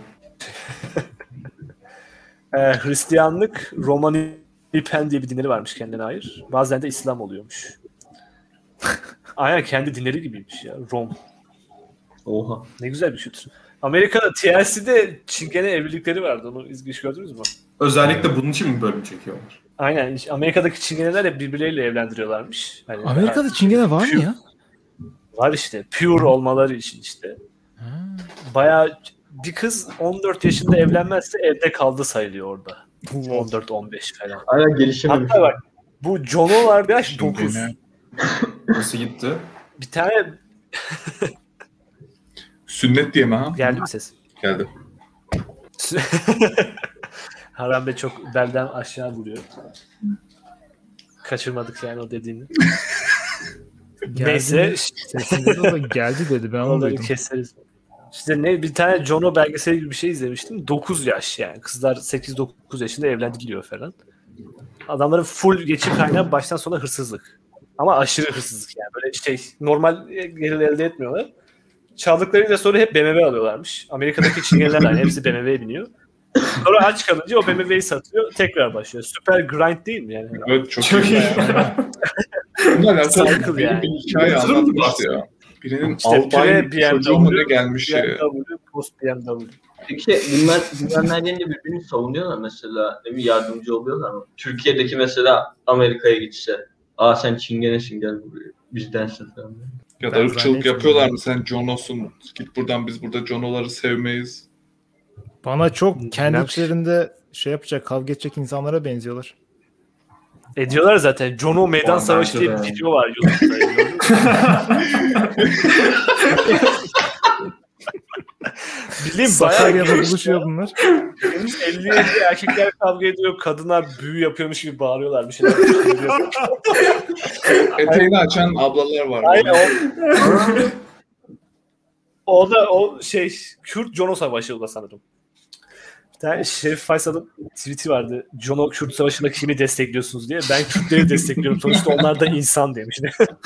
Ee, Hristiyanlık Romanipen diye bir dinleri varmış kendine ait. Bazen de İslam oluyormuş. Aynen kendi dinleri gibiymiş ya. Rom. Oha. Ne güzel bir kültür. Amerika'da T L C'de Çingene evlilikleri vardı. Onu izgiş gördünüz mü? Özellikle bunun için mi bölüm çekiyorlar? Aynen. işte Amerika'daki Çingeneler hep birbirleriyle evlendiriyorlarmış. Hani Amerika'da Çingene var mı ya? var işte. Pure olmaları için işte. Ha. Bayağı bir kız on dört yaşında evlenmezse evde kaldı sayılıyor orada. on dört on beş falan. Hala gelişememiş. Hatta bak bu Jono vardı yaş dokuz. Çingene. Nasıl gitti? Bir tane Sünnet diye mi ha? geldi mi ses? Geldi. Haram Bey çok belden aşağı vuruyor. Kaçırmadık yani o dediğini. Geldi Neyse mi? Sesinde de geldi dedi. Ben onu onları duydum. keseriz. İşte ne bir tane Jono belgeseli gibi bir şey izlemiştim. dokuz yaş yani. Kızlar sekiz dokuz yaşında evlendiriyor falan. Adamların full geçim kaynağı baştan sona hırsızlık. Ama aşırı hırsızlık yani. Böyle şey normal gelir elde etmiyorlar. Çaldıklarıyla sonra hep B M W alıyorlarmış. Amerika'daki Çingeneler yani hepsi B M W'ye biniyor. Sonra aç kalınca o B M W'yi satıyor. Tekrar başlıyor. Süper grind değil mi yani? Evet çok, Çok iyi. Bununla alakalı Cycle bir, yani. bir hikaye Yatırım mı anlatmıştı ya. Birinin İşte albay pre B M W, çocuğu mu ne gelmiş B ya. M W, post B M W. Peki şey, bunlar dünyanın yerinde birbirini savunuyorlar mesela. Değil mi? Yardımcı oluyorlar mı? Türkiye'deki mesela Amerika'ya gitse. Aa sen Çingenesin gel buraya. Bizdensin falan. Ya da Ben ırkçılık zannetmiyorum. yapıyorlar mı? Sen Jono'sun. Git buradan biz burada Jono'ları sevmeyiz. Bana çok kendi Ben- içlerinde şey yapacak, kavga edecek insanlara benziyorlar. Ediyorlar zaten. Jono Meydan Ulan Savaşı bence diye bir de. video var YouTube'da. gördün mü? Bileyim bayağı Sakarya'da geniş buluşuyor ya. bunlar. elli yedi erkekler kavga ediyor. Kadınlar büyü yapıyormuş gibi bağırıyorlar. Bir şeyler yapıyorlar. Eteğini açan ablalar var. Aynen o. O da o şey Kürt Jono Savaşı o da sanırım. Bir tane Şerif Faysal'ın tweet'i vardı. Jono Kürt Savaşı'nda kimi destekliyorsunuz diye. Ben Kürtleri destekliyorum. Sonuçta onlar da insan demiş.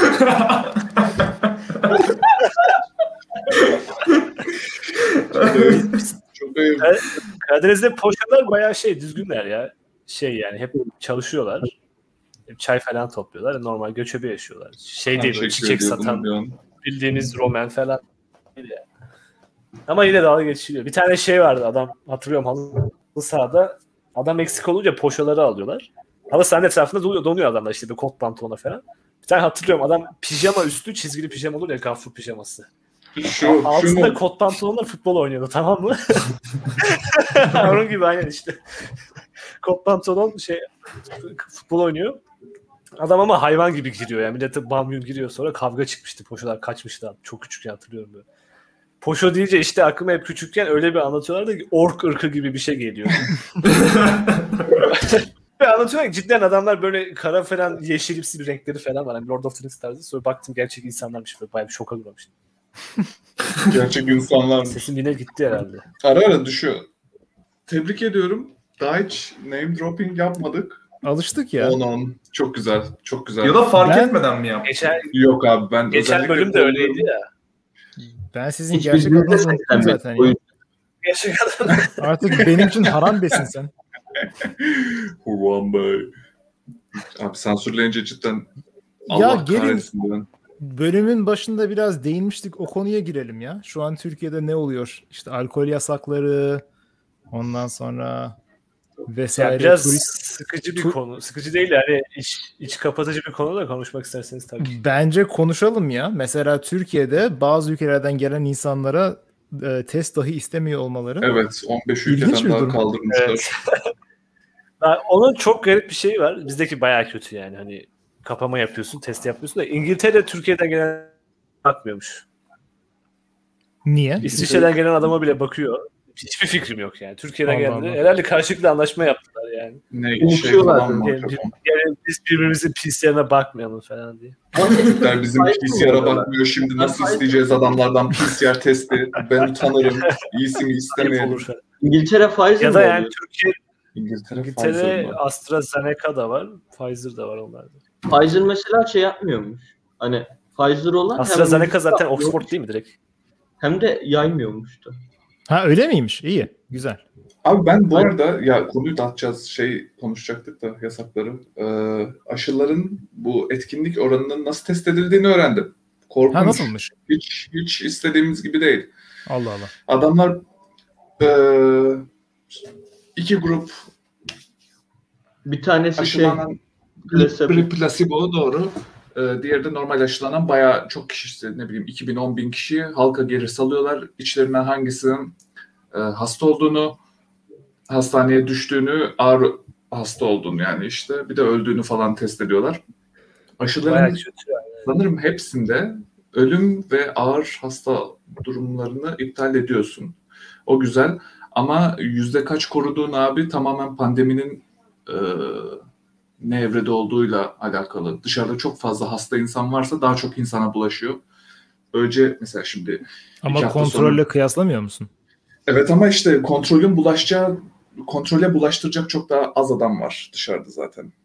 Çok iyi. Karadeniz'de poşalar bayağı şey düzgünler ya. Şey yani hep çalışıyorlar. Hep çay falan topluyorlar. Normal göçebe yaşıyorlar. Şey değil böyle Teşekkür çiçek ediyorum satan bir an. bildiğimiz Roman falan değil yani. Ama yine dalga geçiliyor. Bir tane şey vardı adam hatırlıyorum halı sahada adam eksik olunca poşaları alıyorlar. Halı sahanın etrafında donuyor, donuyor adamlar işte bir kot pantolona falan. Bir tane hatırlıyorum adam pijama üstü çizgili pijama olur ya gafur pijaması. Şu, Altında şunu, kot pantolonla futbol oynuyordu tamam mı? Onun gibi aynen işte. Kot pantolon şey futbol oynuyor. Adam ama hayvan gibi giriyor yani. Millete bamyum giriyor sonra kavga çıkmıştı. Poşolar kaçmıştı abi. Çok küçükken hatırlıyorum böyle. Poşo deyince işte aklıma hep küçükken öyle bir anlatıyorlardı ki ork ırkı gibi bir şey geliyor. Ve anlatıyorlar ki cidden adamlar böyle kara falan yeşilimsi bir renkleri falan var. Yani Lord of the Rings tarzı. Sonra baktım gerçek insanlarmış. Böyle bayağı bir şoka uğramıştım. gerçek insanlar. Sesim yine gitti herhalde. Ara ara düşüyor. Tebrik ediyorum. Daha hiç name dropping yapmadık. Alıştık ya. on on. Çok güzel. Çok güzel. Ya da fark Ben- etmeden mi yaptın? Geçen, Yok abi ben geçen özellikle bölüm de öyleydi ya. Ben sizin Hiç gerçek birbirinize adınızı unuttum seslenmeyin. zaten. O Ya. yüzden Gerçek adam. Artık benim için haram besin sen. Hurvan Bey. Abi sansürleyince cidden Ya Allah gelin kahretsin ben. bölümün başında biraz değinmiştik. O konuya girelim ya. Şu an Türkiye'de ne oluyor? İşte alkol yasakları, ondan sonra vesaire. Yani biraz turist. sıkıcı bir tu- konu. Sıkıcı değil yani iç, iç kapatıcı bir konu da konuşmak isterseniz tabii ki. Bence konuşalım ya. Mesela Türkiye'de bazı ülkelerden gelen insanlara e, test dahi istemiyor olmaları. Evet, on beş İlginç ülkeden bir daha durum. kaldırmışlar. Evet. Ya onun çok garip bir şeyi var. Bizdeki bayağı kötü yani. Hani kapama yapıyorsun, test yapıyorsun da İngiltere Türkiye'den gelen bakmıyormuş. Niye? İsviçre'den gelen adama bile bakıyor. Hiçbir fikrim yok yani. Türkiye'den Allah geldi. Allah. Herhalde karşılıklı anlaşma yaptılar yani. Ne şey Unutuyorlar falan mı Yani, acaba? yani biz birbirimizin pislerine bakmayalım falan diye. Türkler bizim P C R'a bakmıyor. Şimdi nasıl isteyeceğiz adamlardan P C R testi? Ben utanırım. İyisini Ayıp istemeyelim. olur falan. İngiltere Pfizer Ya mı da yani oluyor? Türkiye, İngiltere, İngiltere Pfizer mı? AstraZeneca da var. Pfizer da var onlarda. Pfizer mesela şey yapmıyormuş. Hani Pfizer olan hem AstraZeneca ucuz zaten yapmıyormuş, Oxford değil mi direkt? hem de yaymıyormuştu. Ha öyle miymiş? İyi. Güzel. Abi ben bu Aynen. arada ya konuyu dağıtacağız şey konuşacaktık da yasakları. Ee, aşıların bu etkinlik oranının nasıl test edildiğini öğrendim. Korkunç. Ha nasılmış? Hiç hiç istediğimiz gibi değil. Allah Allah. Adamlar eee, iki grup Bir tanesi şey aşılanan Placebo. biri placebo doğru. Eee, diğeri de normal aşılanan bayağı çok kişi işte ne bileyim iki bin on bin kişiyi halka geri salıyorlar. İçlerinden hangisinin eee, hasta olduğunu, hastaneye düştüğünü, ağır hasta olduğunu yani işte bir de öldüğünü falan test ediyorlar. Bayağı Aşıların kötü yani. sanırım hepsinde ölüm ve ağır hasta durumlarını iptal ediyorsun. O güzel. Ama yüzde kaç koruduğun abi tamamen pandeminin e, ne evrede olduğuyla alakalı. Dışarıda çok fazla hasta insan varsa daha çok insana bulaşıyor. Böylece mesela şimdi Ama iki hafta kontrolle sonra- kıyaslamıyor musun? Evet ama işte kontrolün bulaşacağı, kontrole bulaştıracak çok daha az adam var dışarıda zaten.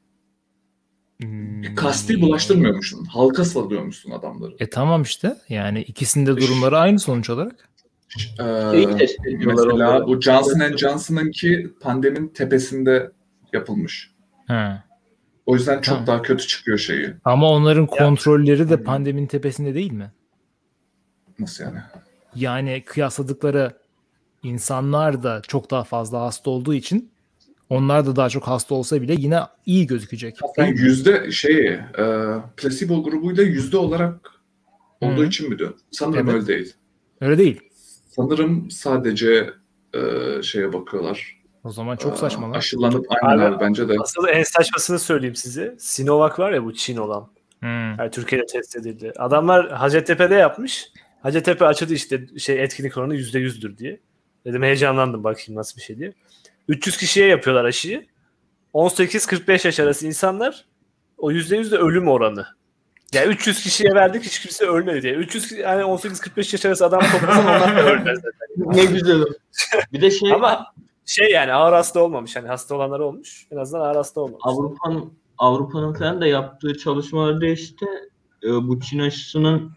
Hmm. Kasti bulaştırmıyormuşsun. Halka salıyormuşsun adamları. E tamam işte. Yani ikisinde durumları aynı sonuç olarak. Ee, Şeyi test ediyorlar mesela onlara. bu Johnson and Johnson'ınki pandemin tepesinde yapılmış. Ha. O yüzden çok Tamam. daha kötü çıkıyor şeyi. Ama onların kontrolleri de Hmm. pandeminin tepesinde değil mi? Nasıl yani? Yani kıyasladıkları insanlar da çok daha fazla hasta olduğu için onlar da daha çok hasta olsa bile yine iyi gözükecek. Sen Değil mi? yüzde şeyi, e, placebo grubuyla yüzde olarak olduğu Hı. için mi diyor? Sanırım Evet. öyle değil. Öyle değil. Sanırım sadece e, şeye bakıyorlar. O zaman çok Aa, saçma lan. Aşılanıp aynen Abi, abi, bence de. Asıl en saçmasını söyleyeyim size. Sinovac var ya bu Çin olan. Hmm. Yani Türkiye'de test edildi. Adamlar Hacettepe'de yapmış. Hacettepe açıldı işte şey etkinlik oranı yüzde yüzdür diye. Dedim heyecanlandım bakayım nasıl bir şey diye. üç yüz kişiye yapıyorlar aşıyı. on sekiz kırk beş yaş arası insanlar o yüzde yüz de ölüm oranı. Yani üç yüz kişiye verdik hiç kimse ölmedi diye. üç yüz yani on sekiz kırk beş yaş arası adam toplasan onlar da ölmez zaten. Ne güzel. Bir de şey Ama şey yani ağır hasta olmamış. Hani hasta olanlar olmuş. En azından ağır hasta olmamış. Avrupa'nın Avrupa'nın falan da yaptığı çalışmalarda işte e, bu Çin aşısının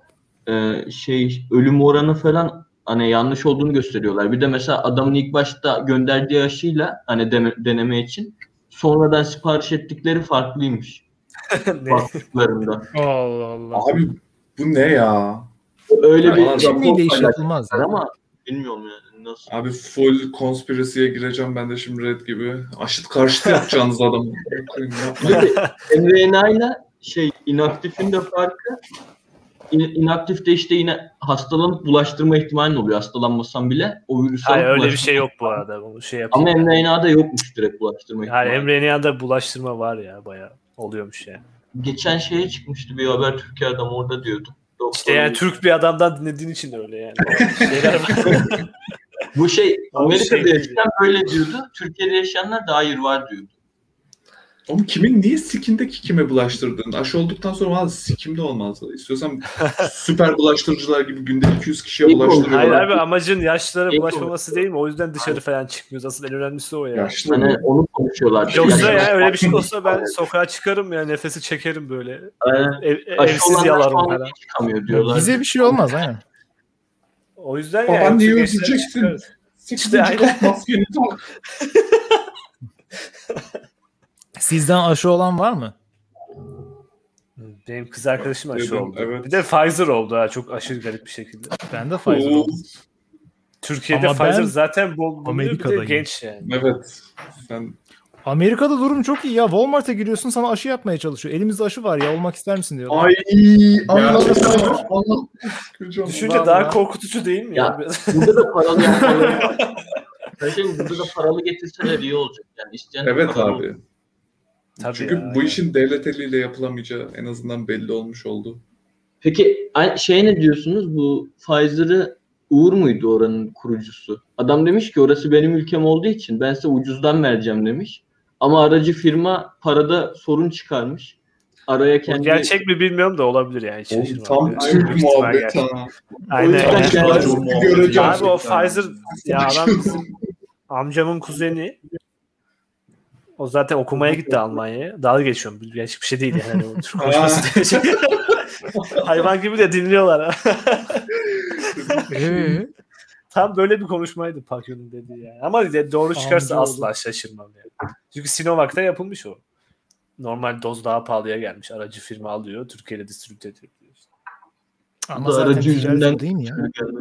e, şey ölüm oranı falan hani yanlış olduğunu gösteriyorlar. Bir de mesela adamın ilk başta gönderdiği aşıyla hani deme- deneme için sonradan sipariş ettikleri farklıymış Ne? baktıklarında. Allah Allah. Abi bu ne ya? Öyle Ya, bir Çin Kimliğiyle rapor iş paylaştılar yapılmaz ya. ama bilmiyorum yani nasıl. Abi full konspirasiye gireceğim ben de şimdi Red gibi. Aşıt karşıtı yapacağınız adamı. Yapmayın, yapmayın. mRNA ile şey inaktifin de farkı in- inaktifte işte yine hastalanıp bulaştırma ihtimalin oluyor. Hastalanmasan bile o virüsü Hayır alıp öyle bir bulaştırma- şey yok bu arada. Bunu şey Ama yapayım. mRNA'da yokmuş direkt bulaştırma ihtimali. Yani mRNA'da bulaştırma var ya bayağı oluyormuş yani. Geçen şeye çıkmıştı bir haber Türkiye adam orada diyordu. Doktor İşte yani bey. Türk bir adamdan dinlediğin için de öyle yani. Şeyler var. Bu şey Ama Amerika'da şey değil. yaşayan böyle diyordu. Türkiye'de yaşayanlar da hayır var diyordu. Oğlum kimin niye sikindeki kime bulaştırdın? Aşı olduktan sonra valla sikimde olmaz. İstiyorsan süper bulaştırıcılar gibi günde iki yüz kişiye İlk oldu. bulaştırıyorlar. Hayır abi amacın yaşlılara İlk bulaşmaması değil mi? O yüzden dışarı falan çıkmıyoruz. Asıl en önemlisi o ya. Yaşlı Hani mı? onu konuşuyorlar. Yoksa Yani- ya öyle bir şey olsa ben sokağa çıkarım ya nefesi çekerim böyle. Aynen. Ev, Aşı evsiz olanlar yalarım şu an falan. niye çıkamıyor diyorlar. Bize bir şey olmaz aynen. O yüzden Baban ya. yoksa niye gençler ödeyeceksin? çıkarız. Sikimci aynen. kalk maskeni tak. Sizden aşı olan var mı? Benim kız arkadaşım aşı Dedim, oldu. evet. Bir de Pfizer oldu ha çok aşırı garip bir şekilde. Ben de Pfizer Oo. oldum. Türkiye'de Ama Pfizer ben zaten bol bulunuyor, bir de Amerika'dayım. genç yani. Evet. Ben Amerika'da durum çok iyi ya. Walmart'a giriyorsun, sana aşı yapmaya çalışıyor. Elimizde aşı var ya, olmak ister misin diyorlar. Ay Gerçekten. anladım. Allah. Hocam. Düşünce Vallahi. daha korkutucu değil mi? Ya. Ya? Burada da paralı yapmaları var. Bence burada da paralı getirseler iyi olacak. Yani isteyen Evet paralı abi. Tabii Çünkü ya, bu yani. işin devlet eliyle yapılamayacağı en azından belli olmuş oldu. Peki ay- şey ne diyorsunuz? Bu Pfizer'ı Uğur muydu oranın kurucusu? Adam demiş ki orası benim ülkem olduğu için ben size ucuzdan vereceğim demiş. Ama aracı firma parada sorun çıkarmış. Araya O kendi... gerçek mi bilmiyorum da olabilir yani. Hiç Oğlum, şaşırmam. tam Büyük Türk ihtimal muhabbet gerçek. ha. Aynen. O yüzden Yani. kendi- Çok muhabbet Göreceğim. Abi o gerçekten. Pfizer ya adam bizim amcamın kuzeni. O zaten okumaya gitti Almanya'ya. Dalga geçiyorum. Gerçek bir şey değil yani. O Türk konuşması değil. Hayvan gibi de dinliyorlar. Ee? Tam böyle bir konuşmaydı Pakyon'un dediği yani. Ama de doğru çıkarsa Amcaoğlu. asla şaşırmam yani. Çünkü Sinovac'ta yapılmış o. Normal doz daha pahalıya gelmiş. Aracı firma alıyor. Türkiye'de distribüte ediyor. İşte. Ama Bu zaten aracı ticaret yüzünden o değil mi ya?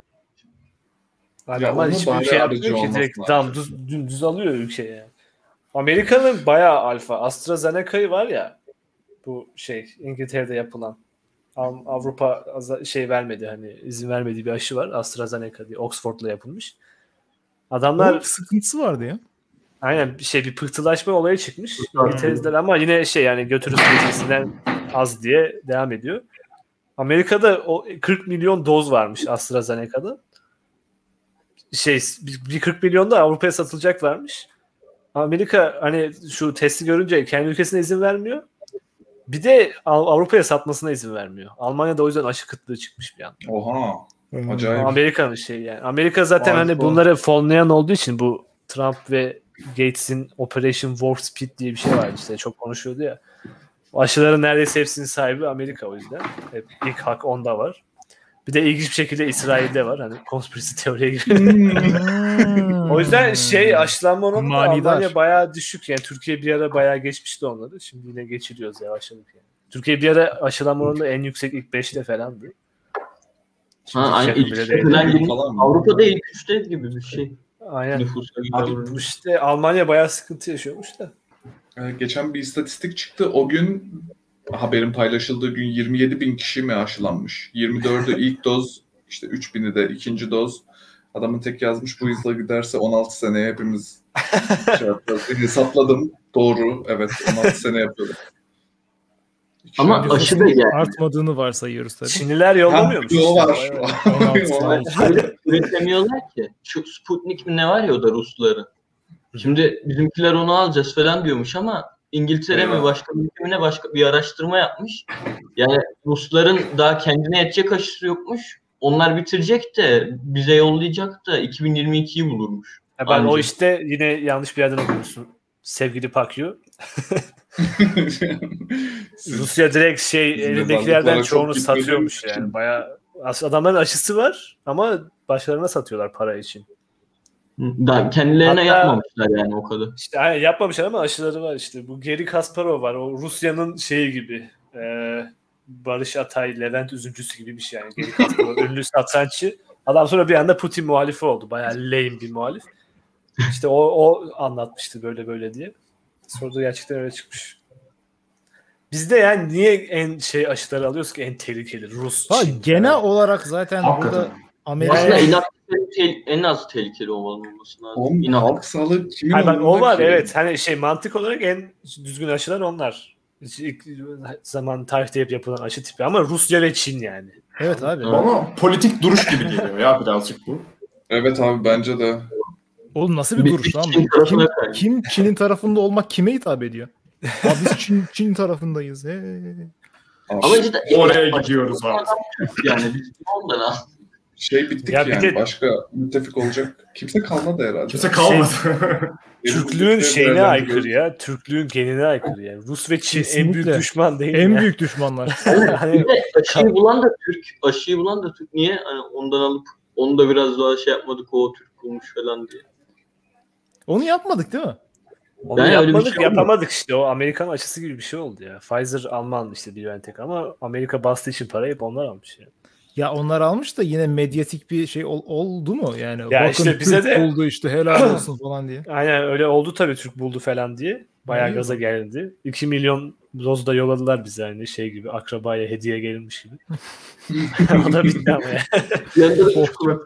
Abi Ya ama onun hiçbir bari şey aracı yapmıyor ki. olması Direkt lazım. damdüz, dümdüz alıyor ülke yani. Amerika'nın bayağı alfa. AstraZeneca'yı var ya, bu şey İngiltere'de yapılan, Av- Avrupa aza- şey vermedi, hani izin vermediği bir aşı var. AstraZeneca diye, Oxford'la yapılmış. Adamlar Onun sıkıntısı vardı ya. aynen bir şey bir pıhtılaşma olayı çıkmış. İngiltere'de ama yine şey yani götürü süresinden az diye devam ediyor. Amerika'da o kırk milyon doz varmış AstraZeneca'da. Şey bir bir kırk milyon da Avrupa'ya satılacak varmış. Amerika hani şu testi görünce kendi ülkesine izin vermiyor. Bir de Av- Avrupa'ya satmasına izin vermiyor. Almanya'da o yüzden aşı kıtlığı çıkmış bir an. Oha. Acayip. Amerika'nın şeyi yani. Amerika zaten Harika. hani bunları fonlayan olduğu için, bu Trump ve Gates'in Operation Warp Speed diye bir şey var işte, çok konuşuyordu ya. O aşıların neredeyse hepsinin sahibi Amerika o yüzden. Hep ilk hak onda var. Bir de ilginç bir şekilde İsrail'de var. Hani konspirasi teoriye giriyor. Hmm. O yüzden şey aşılanma oranı da Manidar. Almanya bayağı düşük. Yani Türkiye bir ara bayağı geçmişti onları. Şimdi yine geçiriyoruz yavaşladık yani. Türkiye bir ara aşılanma oranı da en yüksek ilk beşte falandı. Şimdi Ha, aynı yakın ilk bile üçte değil. falan girmiş. Falan mı? Avrupa'da ilk üçte gibi bir şey. Aynen. Nüfusa Abi göre. bu işte Almanya bayağı sıkıntı yaşıyormuş da. Ee, Geçen bir istatistik çıktı. O gün haberin paylaşıldığı gün yirmi yedi bin kişi mi aşılanmış? yirmi dördü ilk doz, işte üç bini de ikinci doz. Adamın tek yazmış, bu hızla giderse on altı seneye hepimiz şey yapacağız. Hesapladım. Doğru. Evet. on altı sene yapıyorum. Ama Şey- aşı da yani. Artmadığını varsayıyoruz tabii. Çinliler Ha, yollamıyormuş. bir de o işte. var. Bayağı. on altı Vallahi. sene. Üretemiyorlar ki. Şu Sputnik mi ne var ya, o da Rusların. Şimdi bizimkiler onu alacağız falan diyormuş ama İngiltere mi Eyvah. başka bir ülke mi ne, başka bir araştırma yapmış. Yani Rusların daha kendine yetecek aşısı yokmuş. Onlar bitirecek de bize yollayacak da iki bin yirmi ikiyi bulurmuş. Ha, ben o Anca. işte yine yanlış bir yerden okumuşsun. Sevgili Pakyu. Siz- Rusya direkt şey Bizim elindekilerden mezarlıklara çok çoğunu gitmediğimiz satıyormuş için. yani. Bayağı as- adamların aşısı var ama başkalarına satıyorlar para için. Daha kendilerine Hatta- yapmamışlar yani o kadar. İşte aynen yapmamışlar ama aşıları var işte. Bu Geri Kasparov var. O Rusya'nın şeyi gibi. E, Barış Atay, Levent üzüntüsü gibi bir şey yani. Geri Kasparov ünlü satranççı. Adam sonra bir anda Putin muhalifi oldu. Bayağı lame bir muhalif. İşte o, o anlatmıştı böyle böyle diye. Sonra da gerçekten öyle çıkmış. Bizde yani niye en şey aşıları alıyoruz ki, en tehlikeli Rus, Ha, Çin genel falan. olarak zaten Hakikaten. burada Amerika Aslında en az, te- en az tehlikeli olmalı olması lazım. Oğlum, İnan. halk sağlığı kimin Hayır bak o umurunda var ki? evet, hani şey mantık olarak en düzgün aşılar onlar. İlk zaman tarihte hep yapılan aşı tipi ama Rusya ve Çin yani. evet abi. Bana politik duruş gibi geliyor ya birazcık bu. Evet abi, bence de. Oğlum nasıl bir Bir- duruş lan Çin bu? Kim, tarafına kaydı. kim Çin'in tarafında olmak kime hitap ediyor? Abi biz Çin, Çin tarafındayız. He. Ama işte Oraya gidiyoruz artık. yani biz ondan al. Şey bittik Ya bir yani. de- Başka müttefik olacak kimse kalmadı herhalde. Kimse kalmadı. Türklüğün Elimizde şeyine değerlendiriyoruz. aykırı ya. Türklüğün genine aykırı yani. Rus ve Çin en Kesinlikle. büyük düşman değil mi En ya? büyük düşmanlar. Hani Bir de aşıyı bulan da Türk. Aşıyı bulan da Türk. Niye? Hani ondan alıp onu da biraz daha şey yapmadık, o Türk bulmuş falan diye. Onu yapmadık değil mi? onu Yani öyle bir yapmadık, şey olmadı. yapamadık işte. O Amerikan aşısı gibi bir şey oldu ya. Pfizer Alman işte BioNTech ama Amerika bastığı için parayı hep onlar almış yani. Ya onlar almış da yine medyatik bir şey ol- oldu mu yani? Ya Bakın işte bize Türk de- buldu işte helal olsun falan diye. Aynen öyle oldu tabii, Türk buldu falan diye. Bayağı İyi gaza oldu. geldi. iki milyon doz da yolladılar bize, hani şey gibi, akrabaya hediye gelinmiş gibi. O da bitti ama ya. Yanında da çikolata.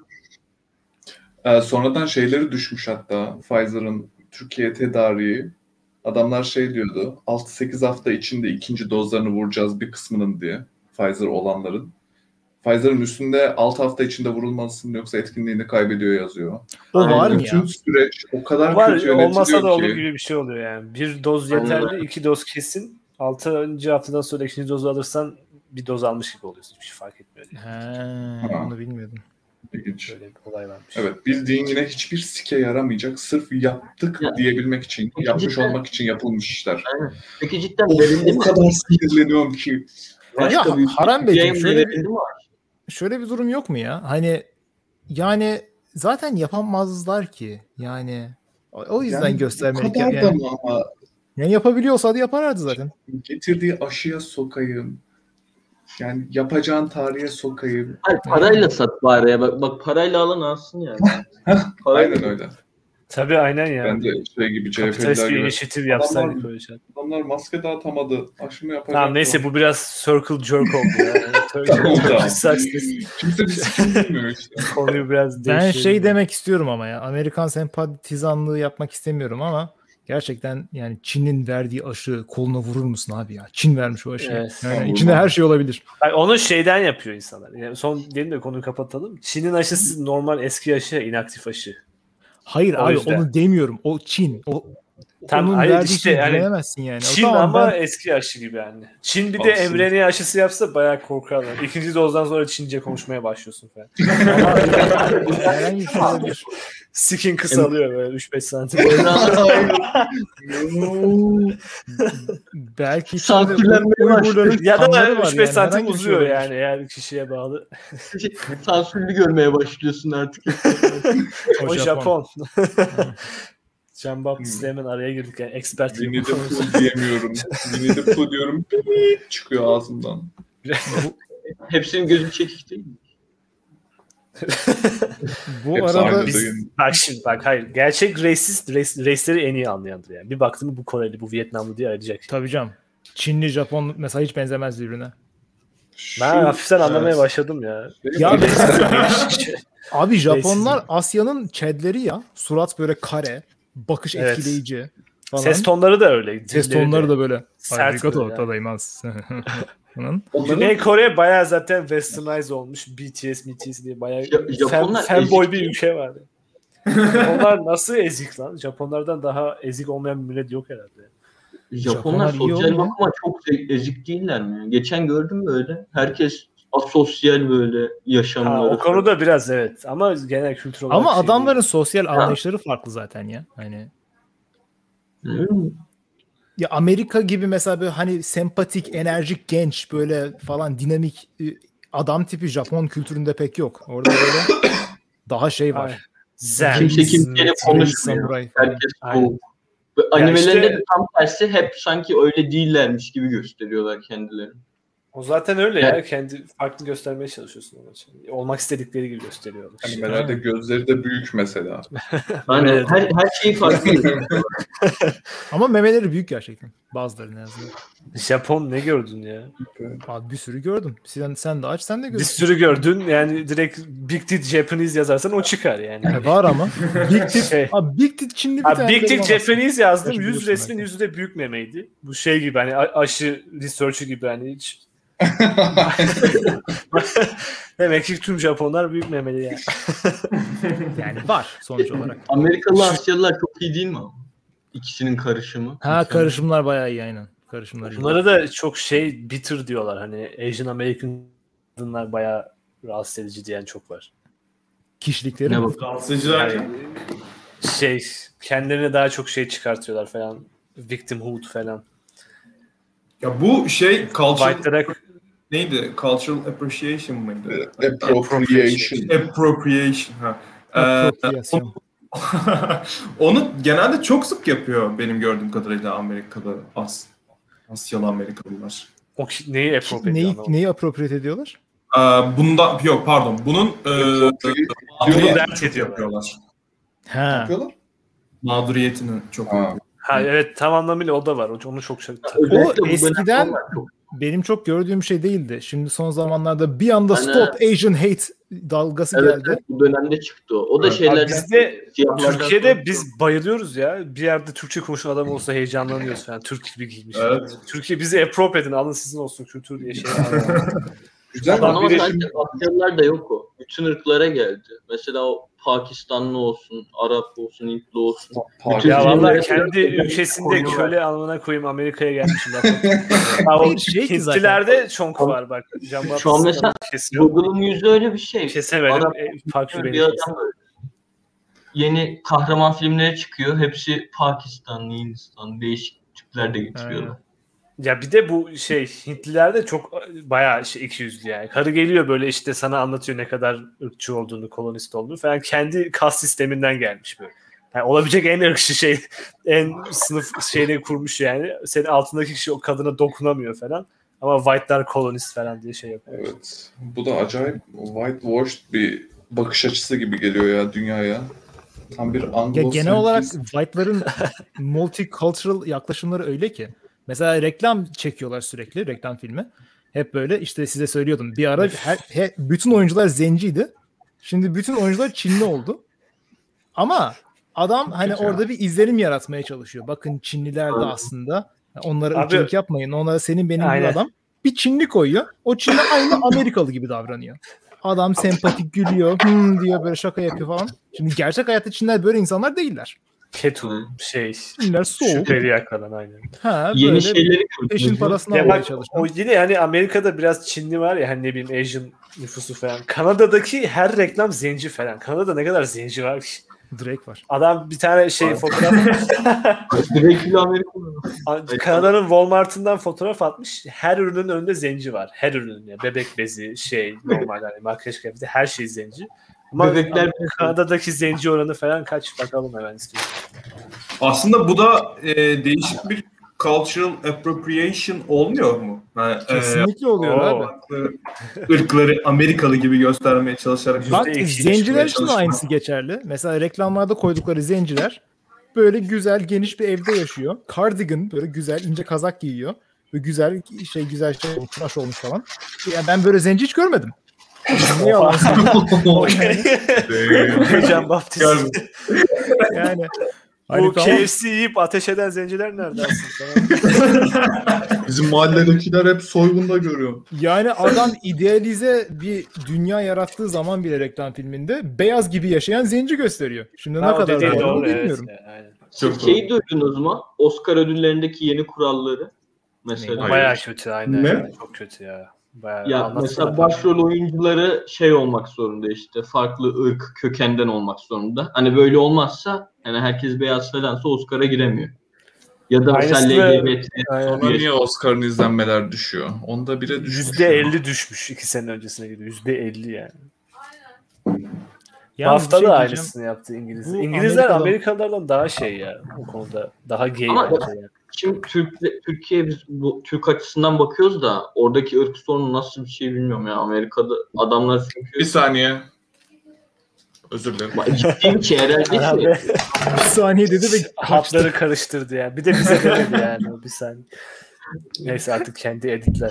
Ee, sonradan şeyleri düşmüş hatta Pfizer'ın Türkiye tedariği. Adamlar şey diyordu, altı sekiz hafta içinde ikinci dozlarını vuracağız bir kısmının diye. Pfizer olanların. Pfizer'ın üstünde altı hafta içinde vurulmasın yoksa etkinliğini kaybediyor yazıyor. O Yani var mı bütün ya? süreç o kadar Var, kötü yönetiliyor olmasa da olur ki. gibi bir şey oluyor yani. Bir doz Aynen yeterli, iki doz kesin. altıncı haftadan sonra ikinci dozu alırsan bir doz almış gibi oluyorsun. Hiçbir şey fark etmiyor diye. He, Ha. onu bilmiyordum. İlginç. Böyle bir olay varmış. Evet, bildiğin yine hiçbir sike yaramayacak, sırf yaptık Ya. diyebilmek için, Peki yapmış cidden- olmak için yapılmış işler. Peki cidden Of, verildi o mi? kadar sinirleniyorum ki. Başka Ya, bir Harem ülke Beyciğim, yayın şöyle bir- verildi mi? Şöyle bir durum yok mu ya? Hani yani zaten yapamazlar ki. Yani o o yüzden Yani göstermelik. Bu kadar Yani, da yani, mı ama yapabiliyorsa da yaparlardı zaten. getirdiği aşıya sokayım. Yani yapacağın tarihe sokayım. Hayır, parayla sat bari ya. Bak, bak parayla alan alsın yani. Parayla- Aynen öyle. Tabii aynen ya. Ben de şey gibi, Kapitalist C H P'liler bir gibi. inisiyatif yapsaydık Adamlar- böyle şey. Adamlar maske dağıtamadı. Aşımı yapacak. Tamam neyse, bu biraz circle jerk oldu ya. Turkey, Tamam, Turkey tamam. success. Kimse bir sikim bilmiyor işte. Konuyu biraz Ben değiştirelim. şey demek istiyorum ama ya. Amerikan sempatizanlığı yapmak istemiyorum ama gerçekten yani Çin'in verdiği aşı koluna vurur musun abi ya? Çin vermiş o aşıyı. Evet. Yani Tamam, içinde vurmam. her şey olabilir. Hayır, onu şeyden yapıyor insanlar. Yani son diyelim de konuyu kapatalım. Çin'in aşısı normal eski aşı, inaktif aşı. Hayır O abi yüzden. onu demiyorum. O Çin. O Tam onun hayır verdiği işte şeyi yani güvenemezsin yani. O Çin tamam, ama ben- eski aşı gibi yani. Çin bir de Aslında. M R N A aşısı yapsa bayağı korkarlar. İkinci dozdan sonra Çince konuşmaya başlıyorsun falan. herhangi bir şey olabilir. Skin kısalıyor böyle üç beş santim. Belki içinde Sansürlenmeye Uygurların Ya da kanları var üç beş yani. santim Herhangi bir şey uzuyor olabilir. yani eğer kişiye bağlı. Sansürlü görmeye başlıyorsun artık. O Japon. Can Baptist'le hemen araya girdik yani expert gibi. Winnie the Pooh diyemiyorum. Winnie the Pooh diyorum. Bip çıkıyor ağzımdan. Hepsinin gözü çekik değil mi? Bu Hepsi arada aynı Biz, değil. bak şimdi bak hayır. Gerçek racist race, race'leri en iyi anlayandır yani. Bir baktım bu Koreli, bu Vietnamlı diye arayacak. tabii canım. Çinli, Japon mesela hiç benzemez birbirine. Ben Şu- hafiften anlamaya Evet. başladım ya. Ya Değil mi? abi Japonlar Racism. Asya'nın Çedleri ya. Surat böyle kare, bakış Evet. etkileyici falan. Ses tonları da öyle. Ses dilleri tonları de. da böyle. Sert Arigato böyle yani. tadaimasu. Falan. Onların Güney Kore bayağı zaten westernize olmuş. B T S, B T S diye bayağı Ja- Japonlar fan, fanboy ezik bir değil. ülke vardı. Onlar nasıl ezik lan? Japonlardan daha ezik olmayan bir millet yok herhalde. Japonlar Japonlar iyi sosyal olmuyor. bakıma çok ze- ezik değiller mi? Geçen gördüm böyle. Herkes asosyal böyle Ha, yaşamları. o konuda biraz evet ama genel kültür olarak Ama şey adamların değil. sosyal anlayışları farklı zaten ya. Hani Hmm. ya Amerika gibi mesela böyle hani sempatik, enerjik, genç böyle falan dinamik e, adam tipi Japon kültüründe pek yok. Orada böyle daha şey Ay, var. Zen, Kimse kimseyle Reis, konuşmuyor. samuray falan. Herkes Aynen. soğuk. Ve animelerinde işte- de tam tersi hep sanki öyle değillermiş gibi gösteriyorlar kendilerini. O zaten öyle ya. Evet. Kendi farklı göstermeye çalışıyorsun onun için. Olmak istedikleri gibi gösteriyorlar. animelerde gözleri de büyük mesela. Yani Evet. her, her şeyi farklı. Ama memeleri büyük gerçekten. Bazıları ne azından. Japon ne gördün ya? Abi bir sürü gördüm. Sen, sen de aç sen de Bir gör. sürü gördün yani direkt Big Tit Japanese yazarsan o çıkar yani. Ha, var ama. Big Tit. Şey. Abi Big Tit Çinli bir Abi tane. Big Tit bulamazsın. Japanese yazdım. Gerçi Yüz biliyorsun resmin belki. yüzü de büyük memeydi. Bu şey gibi hani a- aşı research'ı gibi hani hiç. Demek ki tüm Japonlar büyük memeli yani. Yani var sonuç olarak. Amerikalı Asyalılar çok iyi değil mi ama? İkisinin karışımı. Ha karışımlar bayağı iyi aynen. Karışımlar iyi. Bunlara da çok şey bitter diyorlar. Hani Asian American kadınlar bayağı rahatsız edici diyen çok var. Kişilikleri Ne mi? bak. Rahatsızcı Yani derken. şey kendilerine daha çok şey çıkartıyorlar falan. Victimhood falan. Ya bu şey cultural White'lara neydi? Cultural appreciation mıydı? Appropriation. Appropriation. Ha. Ee, Apropriyasyon. onu genelde çok sık yapıyor benim gördüğüm kadarıyla Amerikalı, As Asyalı Amerikalılar. o ki- neyi appropriate Neyi, anlamadım. neyi appropriate ediyorlar? Ee, bunda yok pardon. Bunun e, Bunu dert ediyorlar. yapıyorlar. Ha. Yapıyorlar. Mağduriyetini çok Ha. yapıyor. Ha evet tam anlamıyla o da var. Onu çok şey. Özellikle O bu eskiden dönem çok- benim çok gördüğüm şey değildi. Şimdi son zamanlarda bir anda Hani- Stop Asian Hate dalgası Evet, geldi. evet, bu dönemde çıktı o. O da Evet. şeylerden. Abi bizde siyahlardan Türkiye'de sonra- biz bayılıyoruz ya. Bir yerde Türkçe konuşan adam olsa heyecanlanıyoruz falan. Türk gibi giymiş. Evet. Türkiye bizi approve edin. Alın sizin olsun kültür diye şey. Güzel Adam Ama biri sadece Asyalılar da yok o. Bütün ırklara geldi. Mesela o Pakistanlı olsun, Arap olsun, Hintli olsun. Bütün Ya vallahi filmlere kendi böyle ülkesinde koyuyorlar. köle almana koyayım Amerika'ya gelmişim. Ha, o Hayır, şey ki zaten- Hintlilerde çok var bak. Can Şu an mesela kesiyor. Google'ın yüzü öyle bir şey. Kesemedim. Adam- E, Park bir beni adam kesti. böyle. Yeni kahraman filmleri çıkıyor. Hepsi Pakistanlı, Hindistan, değişik tipler de getiriyorlar. Ya bir de bu şey Hintlilerde çok bayağı şey ikiyüzlü yani. Karı geliyor böyle işte sana anlatıyor ne kadar ırkçı olduğunu, kolonist olduğunu falan. Kendi kas sisteminden gelmiş böyle. Yani olabilecek en ırkçı şey, en sınıf şeyini kurmuş yani. Senin altındaki kişi o kadına dokunamıyor falan. Ama white'lar kolonist falan diye şey yapıyor. Evet. Bu da acayip whitewashed bir bakış açısı gibi geliyor ya dünyaya. Tam bir Ya Anglo genel olarak white'ların multicultural yaklaşımları öyle ki. Mesela reklam çekiyorlar sürekli, reklam filmi. Hep böyle işte size söylüyordum. Bir ara her, he- bütün oyuncular zenciydi. Şimdi bütün oyuncular Çinli oldu. Ama adam hani kötü ya. orada bir izlenim yaratmaya çalışıyor. Bakın Çinliler de aslında onlara Abi- ırkçılık yapmayın. Onlara senin benim gibi Aynen. adam. Bir Çinli koyuyor. O Çinli aynı Amerikalı gibi davranıyor. Adam sempatik gülüyor. Hmm diyor böyle şaka yapıyor falan. Şimdi gerçek hayatta Çinliler böyle insanlar değiller. Ketum şey Çinliler soğuk. şüpheli yakalan aynen. Ha, Yeni böyle şeyleri peşin kültürlü. parasını Ya almaya bak çalışıyor. o yine yani Amerika'da biraz Çinli var ya hani ne bileyim Asian nüfusu falan. Kanada'daki her reklam zenci falan. Kanada'da ne kadar zenci var ki. Drake var. Adam bir tane şey fotoğraf Direkt Amerikalı. Kanada'nın Walmart'ından fotoğraf atmış. Her ürünün önünde zenci var. Her ürünün ya bebek bezi, şey normal hani makyaj kıyafeti her şey zenci. Ama Bebekler ama Kanada'daki zenci oranı falan kaç bakalım hemen istiyorum. Aslında bu da e, değişik bir cultural appropriation olmuyor mu? Yani, e, Kesinlikle oluyor o abi. farklı ırkları Amerikalı gibi göstermeye çalışarak. Bak Yüzde iki zenciler çıkmaya için de çalışma. aynısı geçerli. Mesela reklamlarda koydukları zenciler böyle güzel geniş bir evde yaşıyor. Cardigan böyle güzel ince kazak giyiyor. Ve güzel şey güzel şey tıraş olmuş falan. Ya ben böyle zenci hiç görmedim. Ne yalan söyleyeyim. Can Baptist. Yani Bu hani tamam. K F C yiyip ateş eden zenciler nerede aslında? Bizim mahalledekiler hep soygunda görüyor. Yani adam idealize bir dünya yarattığı zaman bile reklam filminde beyaz gibi yaşayan zenci gösteriyor. Şimdi ne Ha, o kadar dediğin doğru doğru, evet. bilmiyorum. Aynen. Çok Şeyi duydunuz mu? Oscar ödüllerindeki yeni kuralları. Mesela. Hayır. Bayağı kötü aynen. Ne? Çok kötü ya. Bayağı Ya anlatsana. mesela başrol oyuncuları şey olmak zorunda işte farklı ırk kökenden olmak zorunda. Hani böyle olmazsa hani herkes beyaz falansa Oscar'a giremiyor. Ya da mesela Aynısını- L G B T Aynen. Sonra niye Oscar'ın izlenmeler düşüyor? Onda bire düşmüş. Yüzde ya. elli düşmüş iki sene öncesine göre. Yüzde elli yani. Yalnız bir BAFTA şey da diyeceğim. aynısını yaptı İngiliz. Bu İngilizler Amerika'da- Amerikalılardan daha şey ya bu konuda. Daha gay Ama- bence yani. Şimdi Türk, Türkiye biz bu Türk açısından bakıyoruz da oradaki ırk sorunu nasıl bir şey bilmiyorum ya. Amerika'da adamlar çünkü Bir saniye. Özür dilerim. ciddi ki herhalde Abi, şey. Bir saniye dedi ve hatları karıştırdı yani. Bir de bize demedi yani. o Bir saniye. Neyse artık kendi editler.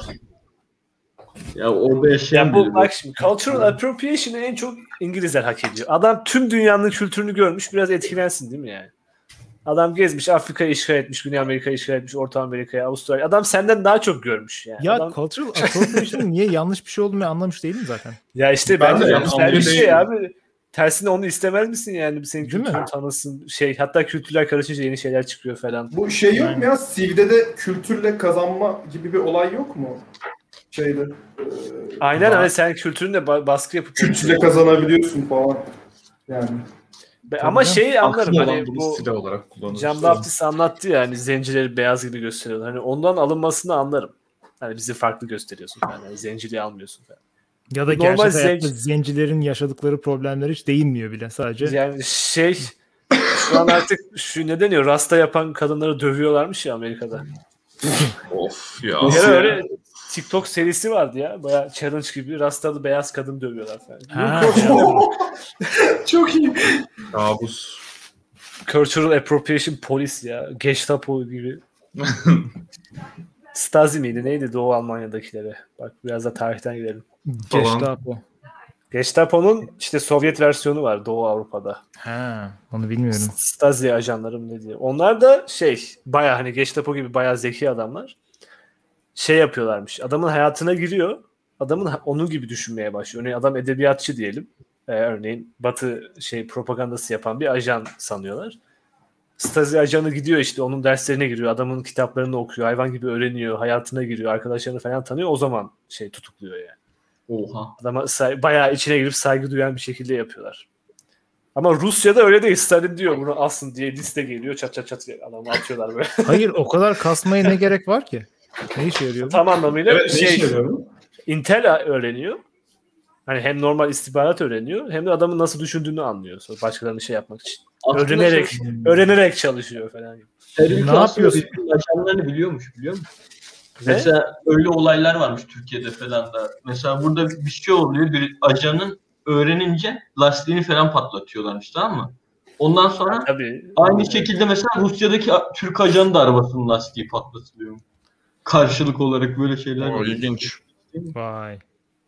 Ya orada yaşayan Ya bu biri. bak şimdi cultural appropriation'ı en çok İngilizler hak ediyor. Adam tüm dünyanın kültürünü görmüş biraz etkilensin değil mi yani? Adam gezmiş Afrika'yı işgal etmiş, Güney Amerika'yı işgal etmiş, Orta Amerika'yı, Avustralya. Adam senden daha çok görmüş yani. ya Adam, cultural appropriation niye yanlış bir şey olduğunu ben anlamış değilim zaten. ya işte Ben ben de de yani güzel bir anlıyor şey değilim. abi. Tersine onu istemez misin yani? Senin Değil mi? kültürün tanısın. Şey, hatta kültürler karışınca yeni şeyler çıkıyor falan. Bu şey yok Yani. mu ya? Siv'de de kültürle kazanma gibi bir olay yok mu? Şeyde. e, Aynen Var. hani sen kültürünle ba- baskı yapıp Kültürle kazanabiliyorsun falan. Yani. Be- ama Tabii şeyi anlarım Haksız olan hani bunu bu silah olarak kullanır. Can Baptist anlattı ya hani zencileri beyaz gibi gösteriyorlar. Hani ondan alınmasını anlarım. Hani bizi farklı gösteriyorsun falan. Yani zenciliği almıyorsun falan. Ya da Normal gerçek hayatta zenci- zencilerin yaşadıkları problemler hiç değinmiyor bile sadece. Yani şey şu an artık şu ne deniyor? Rasta yapan kadınları dövüyorlarmış ya Amerika'da. Of ya. Bir kere öyle TikTok serisi vardı ya. Bayağı challenge gibi. Rastalı beyaz kadın dövüyorlar falan. Ha. Çok iyi. Kabus. Cultural Appropriation Police ya. Gestapo gibi. Stasi miydi? Neydi Doğu Almanya'dakileri? Bak biraz da tarihten gidelim. Gestapo. Gestapo'nun işte Sovyet versiyonu var Doğu Avrupa'da. Ha, onu bilmiyorum. Stasi ajanlarım ne diye. Onlar da şey bayağı hani Gestapo gibi bayağı zeki adamlar. Şey yapıyorlarmış. Adamın hayatına giriyor. Adamın onun gibi düşünmeye başlıyor. Örneğin adam edebiyatçı diyelim. Ee, örneğin Batı şey propagandası yapan bir ajan sanıyorlar. Stasi ajanı gidiyor işte onun derslerine giriyor. Adamın kitaplarını okuyor. Hayvan gibi öğreniyor. Hayatına giriyor. Arkadaşlarını falan tanıyor. O zaman şey tutukluyor yani. Oha. Adama say- bayağı içine girip saygı duyan bir şekilde yapıyorlar. Ama Rusya'da öyle değil. Stalin diyor bunu alsın diye liste geliyor. Çat çat çat adamı atıyorlar böyle. Hayır o kadar kasmaya ne gerek var ki? Ne işe yarıyor bu? Tam anlamıyla Evet, ne şey işe yarıyor bu? Intel öğreniyor. Hani hem normal istihbarat öğreniyor hem de adamın nasıl düşündüğünü anlıyor. Sonra başkalarını şey yapmak için. Aslında Öğrenerek şey- öğrenerek çalışıyor falan. Her Ne ülke aslında yapıyorsun? birbirinin ajanlarını biliyormuş biliyor musun? Ne? Mesela öyle olaylar varmış Türkiye'de falan da. Mesela burada bir şey oluyor. Bir ajanın öğrenince lastiğini falan patlatıyorlarmış tamam mı? Ondan sonra Tabii. aynı şekilde mesela Rusya'daki a- Türk ajanı da arabasının lastiği patlatılıyor. Karşılık olarak böyle şeyler O var. ilginç. Vay.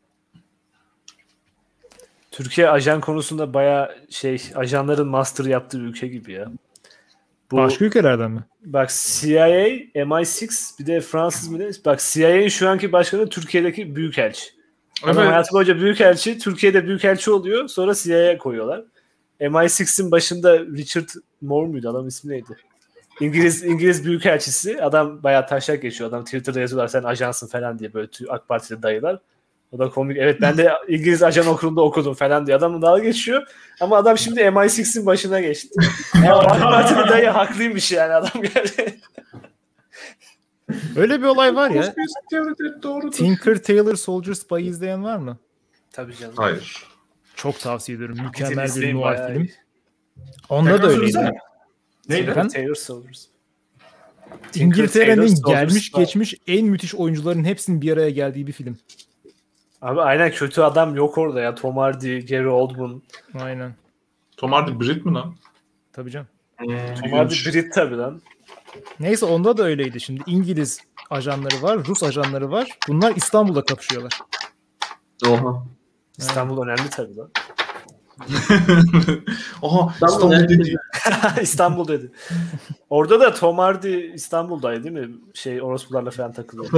Türkiye ajan konusunda bayağı şey ajanların master yaptığı ülke gibi ya. Bu Başka ülkelerden mi? bak C I A, M I altı bir de Fransız mı ne? Bak C I A'nin şu anki başkanı Türkiye'deki büyükelçi. Adam Evet. hayatı boyunca büyükelçi, Türkiye'de büyükelçi oluyor. Sonra C I A'ya koyuyorlar. M I altı'ın başında Richard Moore muydu? Adam ismi neydi? İngiliz İngiliz büyükelçisi. Adam bayağı taşak geçiyor. Adam Twitter'da yazıyorlar sen ajansın falan diye böyle AK Partili dayılar. O da komik. Evet ben de İngiliz ajan okulunda okudum falan diye. Adamla dalga geçiyor. Ama adam şimdi M I altı'ın başına geçti. Ya AK Partili dayı haklıymış yani adam gerçekten. Öyle bir olay var ya. Teoride doğrudur. Tinker Tailor Soldier Spy izleyen var mı? Tabii canım. Hayır. Çok tavsiye ediyorum. Gidin Mükemmel bir izleyin, noir bayağı film. iyi. Onda da Tekrar öyleydi. söylesene. Neydi? Efendim? Taylor Soldiers. Tinker İngiltere'nin Tailor Soldier gelmiş Spy. geçmiş en müthiş oyuncuların hepsinin bir araya geldiği bir film. Abi aynen kötü adam yok orada ya. Tom Hardy, Gary Oldman. Aynen. Tom Hardy Brit mi lan? Tabii canım. Tom Hardy Brit tabii lan. Neyse onda da öyleydi şimdi. İngiliz ajanları var, Rus ajanları var. Bunlar İstanbul'da kapışıyorlar. Oha. İstanbul önemli tabii lan. Aha İstanbul İstanbul nerede? dedi. İstanbul dedi. Orada da Tom Hardy İstanbul'daydı değil mi? Şey orospularla falan takılıyor.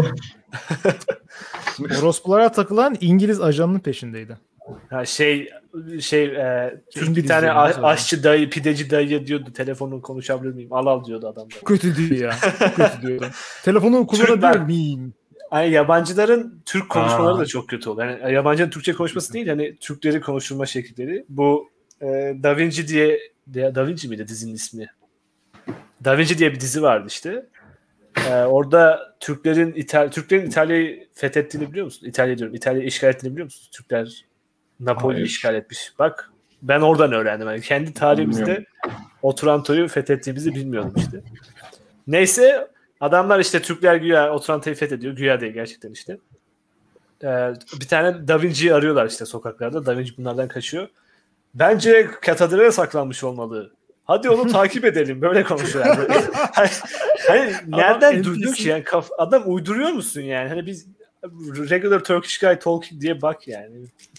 Orospulara takılan İngiliz ajanının peşindeydi. Ha şey şey e, Türk bir İngiliz tane yani, a- zaten. aşçı dayı, pideci dayı diyordu. Telefonunu konuşabilir miyim? Al al diyordu adam da. Çok kötü diyor ya. Çok kötü diyordu. Telefonu kullanabilir Türkler- miyim? Yani yabancıların Türk konuşmaları Aa. da çok kötü oluyor. Yani yabancının Türkçe konuşması değil hani Türkleri konuşturma şekilleri. Bu e, Da Vinci diye diye- Da Vinci miydi dizinin ismi? Da Vinci diye bir dizi vardı işte. E, orada Türklerin İtal Türklerin İtalya'yı fethettiğini biliyor musun? İtalya diyorum. İtalya'yı işgal ettiğini biliyor musunuz? Türkler Napoli'yi Hayır. işgal etmiş. Bak ben oradan öğrendim. Yani kendi tarihimizde Bilmiyorum. Otranto'yu fethettiğimizi bilmiyordum işte. Neyse adamlar işte Türkler güya Otranto'yu fethediyor. Güya değil gerçekten işte. Ee, bir tane Da Vinci'yi arıyorlar işte sokaklarda. Da Vinci bunlardan kaçıyor. Bence katedrale saklanmış olmalı. Hadi onu takip edelim. Böyle konuşuyorlar. Böyle. hani, hani nereden N P C. duydun ki? Yani kaf- adam uyduruyor musun yani? Hani biz regular Turkish guy talking diye bak yani.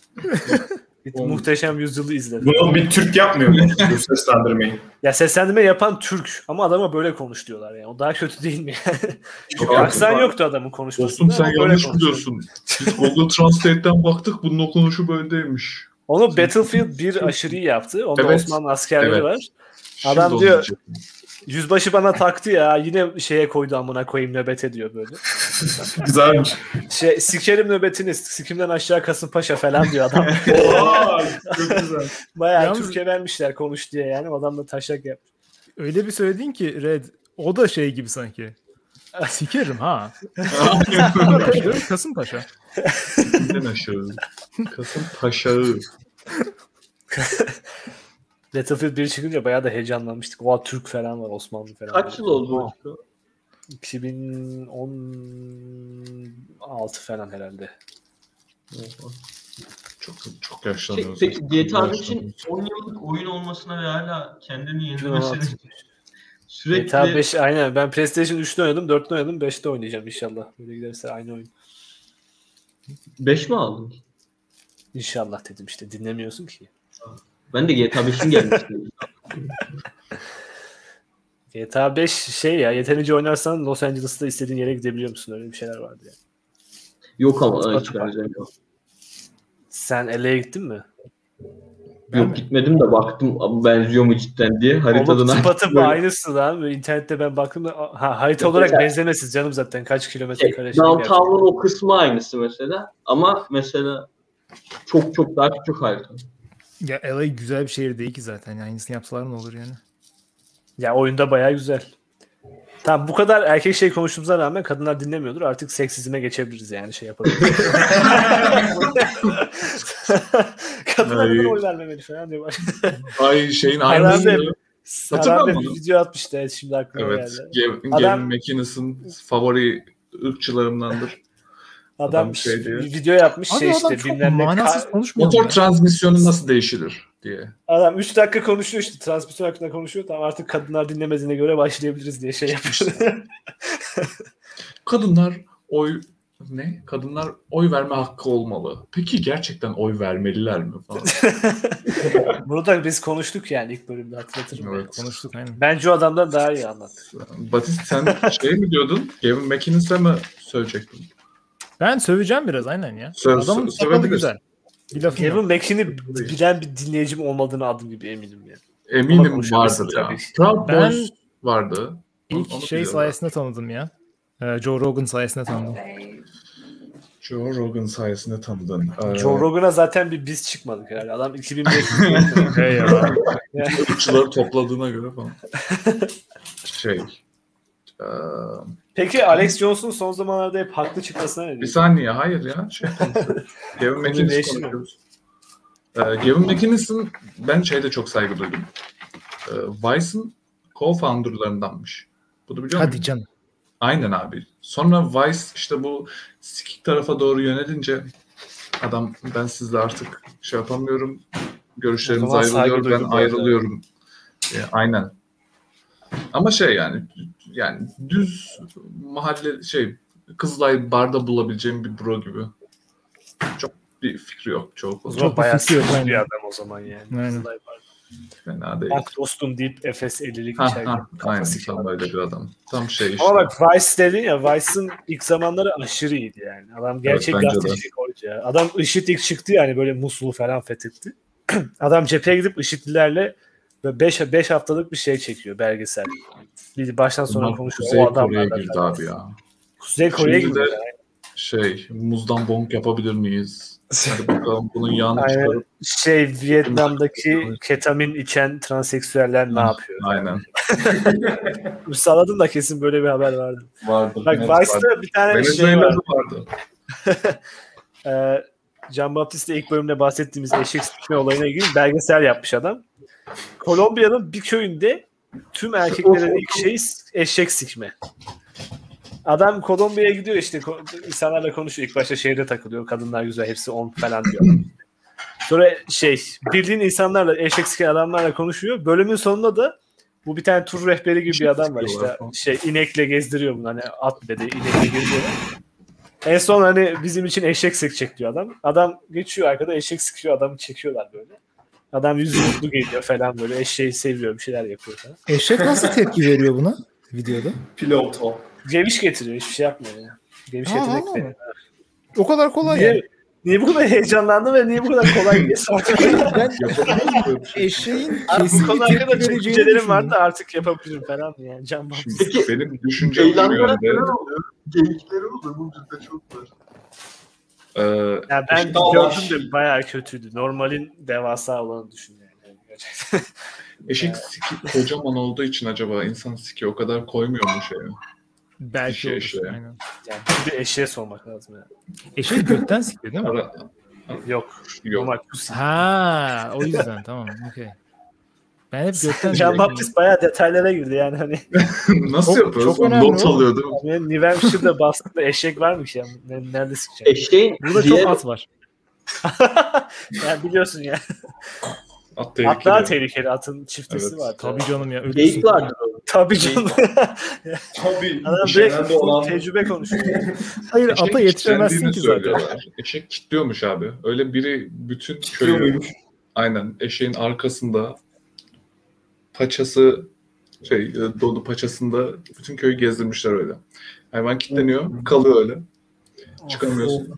Bir Muhteşem Yüzyıl'ı izledim. Bunu bir Türk yapmıyor mu? Bu seslendirmeyi. Ya seslendirme yapan Türk ama adama böyle konuş diyorlar yani. O daha kötü değil mi yani? Çok Aksan haklı. yoktu adamın konuşmasında. Dostum sen ama böyle yanlış konuşuyor. biliyorsun. Biz Google Translate'ten baktık bunun okunuşu böyleymiş. Onu Battlefield bir aşırı iyi yaptı. Onda Evet. Osmanlı askerleri Evet. var. Şimdi Adam onu diyor- diyecektim. Yüzbaşı bana taktı ya. Yine şeye koydu amına koyayım nöbete diyor böyle. Güzelmiş. Şey, sikerim nöbetini. Sikimden aşağı Kasımpaşa falan diyor adam. Oha, çok güzel. Bayağı Yalnız- Türkiye vermişler konuş diye yani. Adam da taşak yapmış. Öyle bir söyledin ki Red o da şey gibi sanki. Sikerim ha. Kasımpaşa. Kasımpaşa. Kimden aşağı? Kasım Paşağı. Battlefield bir çıkınca bayağı da heyecanlanmıştık. Oha Türk falan var Osmanlı falan. Kaç yıl oldu o? iki bin on altı falan herhalde. Çok çok Şey, yaşlanıyoruz. peki G T A beşin on yıllık oyun olmasına ve hala kendini yenilemesine sürekli... G T A beş aynen. Ben PlayStation üçte oynadım, dörtte oynadım, beşte oynayacağım inşallah. Böyle giderse aynı oyun. beş mi aldın? İnşallah dedim işte. Dinlemiyorsun ki. Ben de G T A beşin gelmişti. G T A beş şey ya, yeterince oynarsan Los Angeles'ta istediğin yere gidebiliyor musun? Öyle bir şeyler vardı yani. Yok ama Spotify. hiç benzemiyor. Sen L A'ya gittin mi? Yok gitmedim de baktım benziyor mu cidden diye haritadan. Oğlum tıpatıp böyle- aynısı lan. Böyle İnternette ben baktım da ha, harita Yok, olarak mesela- benzemesiz canım zaten. Kaç kilometre Şey, kare şey Downtown'un o kısmı aynısı mesela ama mesela çok çok daha küçük harita. Ya L A güzel bir şehir değil ki zaten. Yani aynısını yapsalar ne olur yani. Ya oyunda bayağı güzel. Tamam, bu kadar erkek şey konuştuğumuza rağmen kadınlar dinlemiyordur. Artık seksizme geçebiliriz yani, şey yapabiliriz. Kadınlar Ay. neden oy vermemeli falan diyor. Ay şeyin Herhalde- aynısı. Saran Hatırlar bir mısın? video atmıştı. Evet, şimdi aklıma Evet. geldi. Gavin Adam- McInnes'ın favori ırkçılarımdandır. Adam, Adam şey diyor. video yapmış Abi şey adam işte çok bilmem ne. manasız Ka- konuşmuyor. Motor ya. transmisyonu nasıl değişilir diye. Adam üç dakika konuşuyor işte. Transmisyon hakkında konuşuyor. Tamam, artık kadınlar dinlemediğine göre başlayabiliriz diye şey yapıyor. Kadınlar oy ne? Kadınlar oy verme hakkı olmalı. Peki gerçekten oy vermeliler mi falan? Bunu da biz konuştuk yani ilk bölümde, hatırlatırım. Evet. Konuştuk aynen. Bence o adamdan daha iyi anlattık. Batist sen şey mi diyordun? Gavin McInnes'e mi söyleyecektin? Ben söveceğim biraz aynen ya. Söv- Adamın sö- sakalı sövebilirsin. güzel. Bir lafım yok. Kevin McKinney bilen bir dinleyicim olmadığını adım gibi eminim yani. Ona Eminim konuşabilirsin vardır ya. tabii. Proud Ben- Boys vardı. İlk Onu şey biliyorum. sayesinde tanıdım ya. Ee, Joe Rogan sayesinde tanıdım. Joe Rogan sayesinde tanıdın. Ee, Joe Rogan'a zaten bir biz çıkmadık herhalde. Adam iki bin beş yüz Hey ya. ırkçıları topladığına göre falan. Şey. ee, Peki Alex Jones'un son zamanlarda hep haklı çıkmasına ne bir diyorsun? saniye hayır ya. Şey konuşuyoruz. Gavin McInnes değiştirme. konuşuyoruz. Ee, Gavin McInnes'in ben şeyde çok saygı duydum. Ee, Vice'ın co-founder'larındanmış. Bunu biliyor musun? Hadi canım. Aynen abi. Sonra Vice işte bu sikik tarafa doğru yönelince adam ben sizle artık şey yapamıyorum. Görüşlerimiz O zaman saygı ayrılıyor. Ben duydum bu arada. ayrılıyorum. E, aynen. Ama şey yani yani düz mahalle şey Kızılay barda bulabileceğim bir bro gibi. Çok bir fikri yok çoğu O konuda. zaman Çok bir bayağı fikri yok, sıkıcı bir aynen. adam o zaman yani. Aynen. Kızılay var. Fena değil. Bak dostum deyip Efes ellilik Ha, içerken ha, aynen kafası tam kenarda. öyle bir adam. Tam şey işte. Ama bak Vice dedin ya, Vice'ın ilk zamanları aşırı iyiydi yani. Adam gerçek bence de. gazetecilik oydu ya. Adam IŞİD ilk çıktı yani, böyle Musul'u falan fethetti. Adam cepheye gidip IŞİD'lilerle beş haftalık bir şey çekiyor, belgesel. Bir baştan sona Bunlar konuşuyor. Kuzey O Kore'ye adamlarla girdi falan. abi ya. Kuzey Kore'ye Şimdi girdi. de- Şey, muzdan bonk yapabilir miyiz? Hadi bakalım bunun yağını Aynen. çıkarıp. Şey, Vietnam'daki ketamin içen transseksüeller ne yapıyor? Aynen. Saladın da kesin böyle bir haber vardı. Vardı. Bak Vice'da bir tane şey Venezuela'da var. vardı. Ee, Can Baptiste ilk bölümde bahsettiğimiz eşek sikme olayına ilgili belgesel yapmış adam. Kolombiya'nın bir köyünde tüm erkeklerin ilk şeyi eşek sikme. Adam Kolombiya'ya gidiyor işte, ko- insanlarla konuşuyor. İlk başta şehirde takılıyor. Kadınlar güzel, hepsi on falan diyor. Sonra şey, bildiğin insanlarla, eşek siken adamlarla konuşuyor. Bölümün sonunda da bu bir tane tur rehberi gibi bir adam var işte. Şey, inekle gezdiriyor bunu. Hani at bile değil, inekle gezdiriyor. En son hani bizim için eşek sikecek diyor adam. Adam geçiyor arkada, eşek sikiyor, adamı çekiyorlar böyle. Adam yüzü mutlu geliyor falan böyle. Eşeği seviyor, bir şeyler yapıyor falan. Eşek nasıl tepki veriyor buna videoda? Pillow talk. Geviş getiriyor, hiçbir şey yapmıyor ya. Geviş Aa, getirmek vallahi de. mi? O kadar kolay Niye, yani. niye bu kadar heyecanlandı ve niye bu kadar kolay diye sordum. Ben eşeğin Abi bu kesin konu bir tepki hakkında vereceğini düşüncelerim düşündüm. vardı, artık yapabilirim falan yani. Can Baptiste. Şimdi benim düşüncem şu Eylemler yönde. neler oluyor? Geyikleri oluyor. Bu cidden çok var. Ee, Ya ben İşte gördüm de bayağı kötüydü. Normalin devasa olanı düşün yani. Gerçekten. eşek siki kocaman olduğu için acaba insan siki o kadar koymuyor mu şeye? Belki Eşeğe, olur. eşeğe. Aynen. Yani bir de eşeğe sormak lazım yani. Eşek gökten sikiyor değil mi? Ara, Yok. yok. Normal pussy. Ha, o yüzden tamam. Okey. Ben hep gökten Jean Baptiste bayağı detaylara girdi yani hani. Nasıl Çok- yapıyoruz? çok önemli Not oğlum. alıyor değil mi? Yani New Hampshire'da Boston'da eşek varmış ya. Ne- Nerede sikeceğim? Eşeğin Burada diğer çok at var. Yani biliyorsun ya. At tehlikeli. At daha tehlikeli. Atın çiftesi Evet. var. Tabii canım ya. Ölürsün. geyik vardır o. Tabii canım. Tabii. Adam Şeyden direkt de olan tecrübe konuşuyor. Hayır Eşek ata yetişemezsin kitlendiğini ki zaten. söylüyorlar. Eşek kilitliyormuş abi. Öyle biri bütün çıkıyor köyü muymuş? aynen eşeğin arkasında paçası şey e, dolu paçasında bütün köyü gezdirmişler öyle. Hayvan kilitleniyor, kalıyor öyle. Çıkamıyorsun.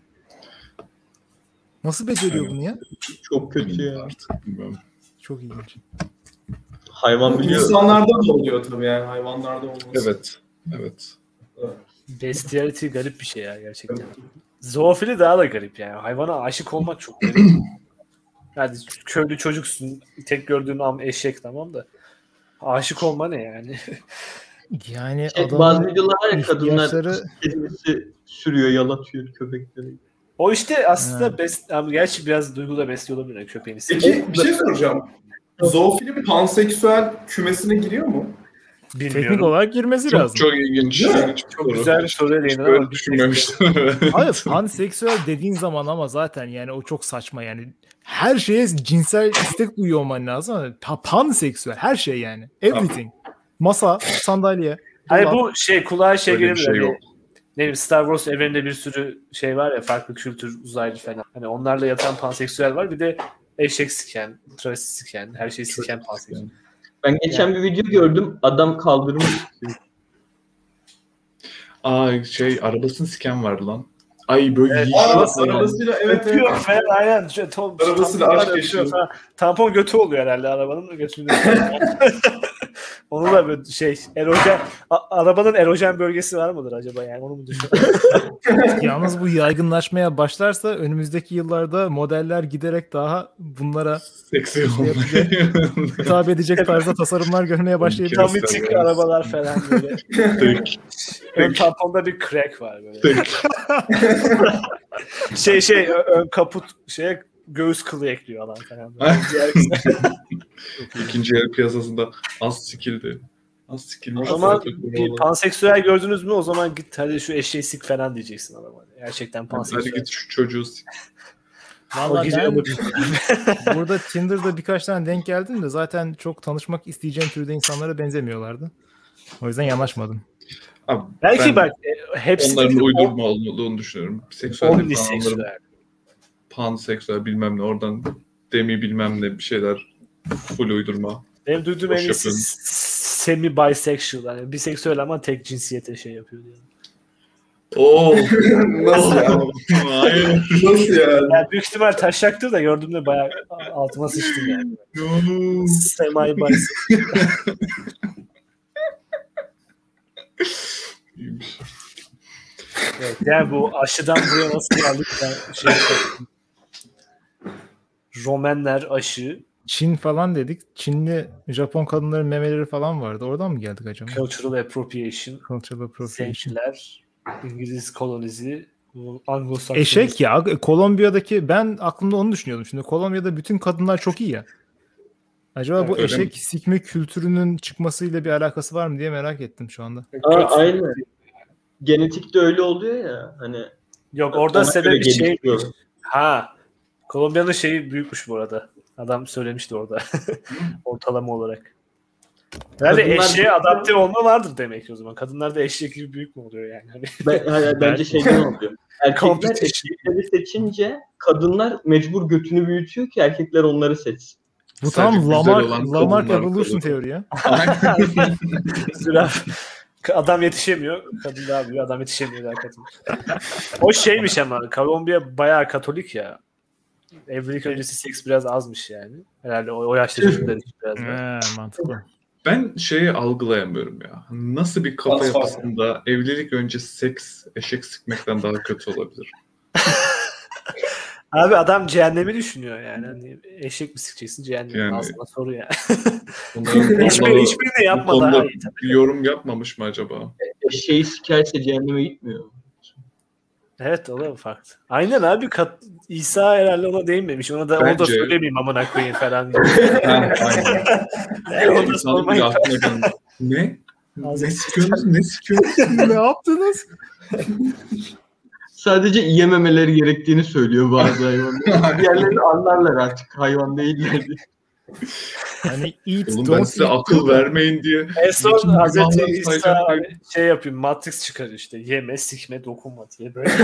Nasıl beceriyor bunu ya? Çok kötü ya. Artık bilmiyorum. Çok ilginç. Hayvan biliyor. İnsanlarda da oluyor tabii yani hayvanlarda olması. Evet. Evet. Bestiality garip bir şey ya gerçekten. Zoofili daha da garip yani. Hayvana aşık olmak çok garip. Yani köylü çocuksun. Tek gördüğün am eşek tamam da. Aşık olma ne yani? Yani Şey, adamın bazı videolar var ya kadınlar ihtiyaçları kedisi sürüyor, yalatıyor köpekleri. O işte aslında Ha. best, ama gerçi biraz duyguyla besliyor olabilir yani köpeğini. Peki bir şey soracağım. Zoofili panseksüel kümesine giriyor mu? Bilmiyorum. teknik olarak girmesi Çok lazım. çok ilginç. Değil mi? ilginç bir Çok soru. güzel bir soruya Hiç değindin böyle ama düşünmemiştim. Hayır panseksüel dediğin zaman ama zaten yani o çok saçma yani. Her şeye cinsel istek duyuyor olman lazım ama pa- panseksüel her şey yani. Everything. Masa, sandalye. Hayır dolap. bu şey kulağa şey Öyle bir gelebilir. şey Hani yok. ne bileyim Star Wars evreninde bir sürü şey var ya farklı kültür, uzaylı falan. Hani onlarla yatan panseksüel var. Bir de eşek siken, travesti siken, her şeyi siken panseksüel. Ben geçen bir video gördüm. Adam kaldırmış. Aa şey arabasını siken vardı lan. Ay böyle Evet, yiyiş Arabası, yapıyor. arabasıyla evet evet. Öpüyor falan aynen. Şöyle tom, Arabasıyla tamponlar aşk öpüyor yaşıyor. falan. Tampon götü oluyor herhalde arabanın götünde. Onu da böyle şey erojen a- arabanın erojen bölgesi var mıdır acaba yani onu mu düşünüyorsun? Yalnız bu yaygınlaşmaya başlarsa önümüzdeki yıllarda modeller giderek daha bunlara Seksi olmak. hitap edecek tarzda tasarımlar görmeye başlayabilir. Tam- Mitik arabalar falan böyle. Tek, Ön tamponda bir crack var böyle. tek. Şey şey ö- ön kaput şeye göğüs kılı ekliyor adam falan. Böyle. Diğer- İkinci el piyasasında az sikildi. Az sikilmiş. O zaman Zaten bir olan. panseksüel gördünüz mü o zaman git hadi şu eşeği sik falan diyeceksin adama. Gerçekten Hadi panseksüel. git şu çocuğu sik. O Vallahi gidiyor ben mu? burada Tinder'da birkaç tane denk geldim de zaten çok tanışmak isteyeceğim türde insanlara benzemiyorlardı. O yüzden yanaşmadım. Abi, Belki ben bak e, hepsi onların de uydurma olduğunu düşünüyorum. Seksüel değil, falan onların omniseksüel. panseksüel bilmem ne oradan demi bilmem ne bir şeyler full uydurma. Benim duyduğum Boş en iyisi yapıyorum. semi bisexual. Yani biseksüel ama tek cinsiyete şey yapıyor diye. Oo. Nasıl ya? Hayır. Nasıl yani? Yani büyük ihtimal taşaktır da gördüğümde bayağı altıma sıçtım yani. No. Semi bisexual. İyiymiş. Evet, yani bu aşıdan buraya nasıl geldik ben şey yapayım. Romenler aşı, Çin falan dedik. Çinli Japon kadınların memeleri falan vardı. Oradan mı geldik acaba? cultural appropriation, Cultural appropriation. Zenciler, İngiliz kolonizi, bu Anglo-Sakson. Eşek ya. Kolombiya'daki ben aklımda onu düşünüyordum. Şimdi Kolombiya'da bütün kadınlar çok iyi ya. Acaba bu Evet, öyle eşek sikme kültürünün çıkmasıyla bir alakası var mı diye merak ettim şu anda. Aa, aynen. Genetikte öyle oluyor ya. Hani Yok orada ona sebebi göre şey. gelişiyor. Ha. Kolombiya'nın şeyi büyükmüş bu arada. Adam söylemişti orada. Ortalama olarak. Yani Kadınlar- eşeğe adapte olma vardır demek ki o zaman. Kadınlar da eşek gibi büyük mü oluyor yani? Hani Ben, hayır, bence şeyden oluyor. Erkekler Competition. eşekleri seçince kadınlar mecbur götünü büyütüyor ki erkekler onları seçsin. Bu Sadece tam güzel Lamarck, olan Lamarck kadınlar Evolution kalıyor. teori ya. Züraf. Adam yetişemiyor. Kadın daha büyüyor. Adam yetişemiyor daha kadın. O şeymiş ama. Kolombiya bayağı Katolik ya. Evlilik öncesi seks biraz azmış yani. Herhalde o, o yaşta çocuklar için biraz var. He, mantıklı. Ben şeyi algılayamıyorum ya. Nasıl bir kafa Nasıl yapısında evlilik öncesi seks eşek sikmekten daha kötü olabilir? Abi adam cehennemi düşünüyor yani. Hani eşek mi sikeceksin cehennemi? Yani- Aslında soru ya. Bunların Hiçbir, konuları- hiçbirini bu yapma konuda daha iyi. bir yorum yapmamış mı acaba? Eşeği sikerse cehenneme gitmiyor. Evet o da farklı. Aynen abi kat, İsa herhalde ona değinmemiş. Ona da, onu da Bence- söylemeyeyim amına koyayım falan diye. Ha, aynen. Yani onu da İnsanın sormayın. bile aklına geldi. Ne? Ne Hazreti sikiyorsunuz? Ne sikiyorsunuz? Ne yaptınız? Sadece yememeleri gerektiğini söylüyor bazı hayvanlar. Diğerlerini anlarlar artık hayvan değiller diye. Hani eat, Oğlum ben don't size eat akıl diyor da. vermeyin diye. En son Bütün Hazreti günahları İsa sayacak hani şey yapıyor, Matrix çıkarıyor işte. Yeme, sikme, dokunma diye böyle.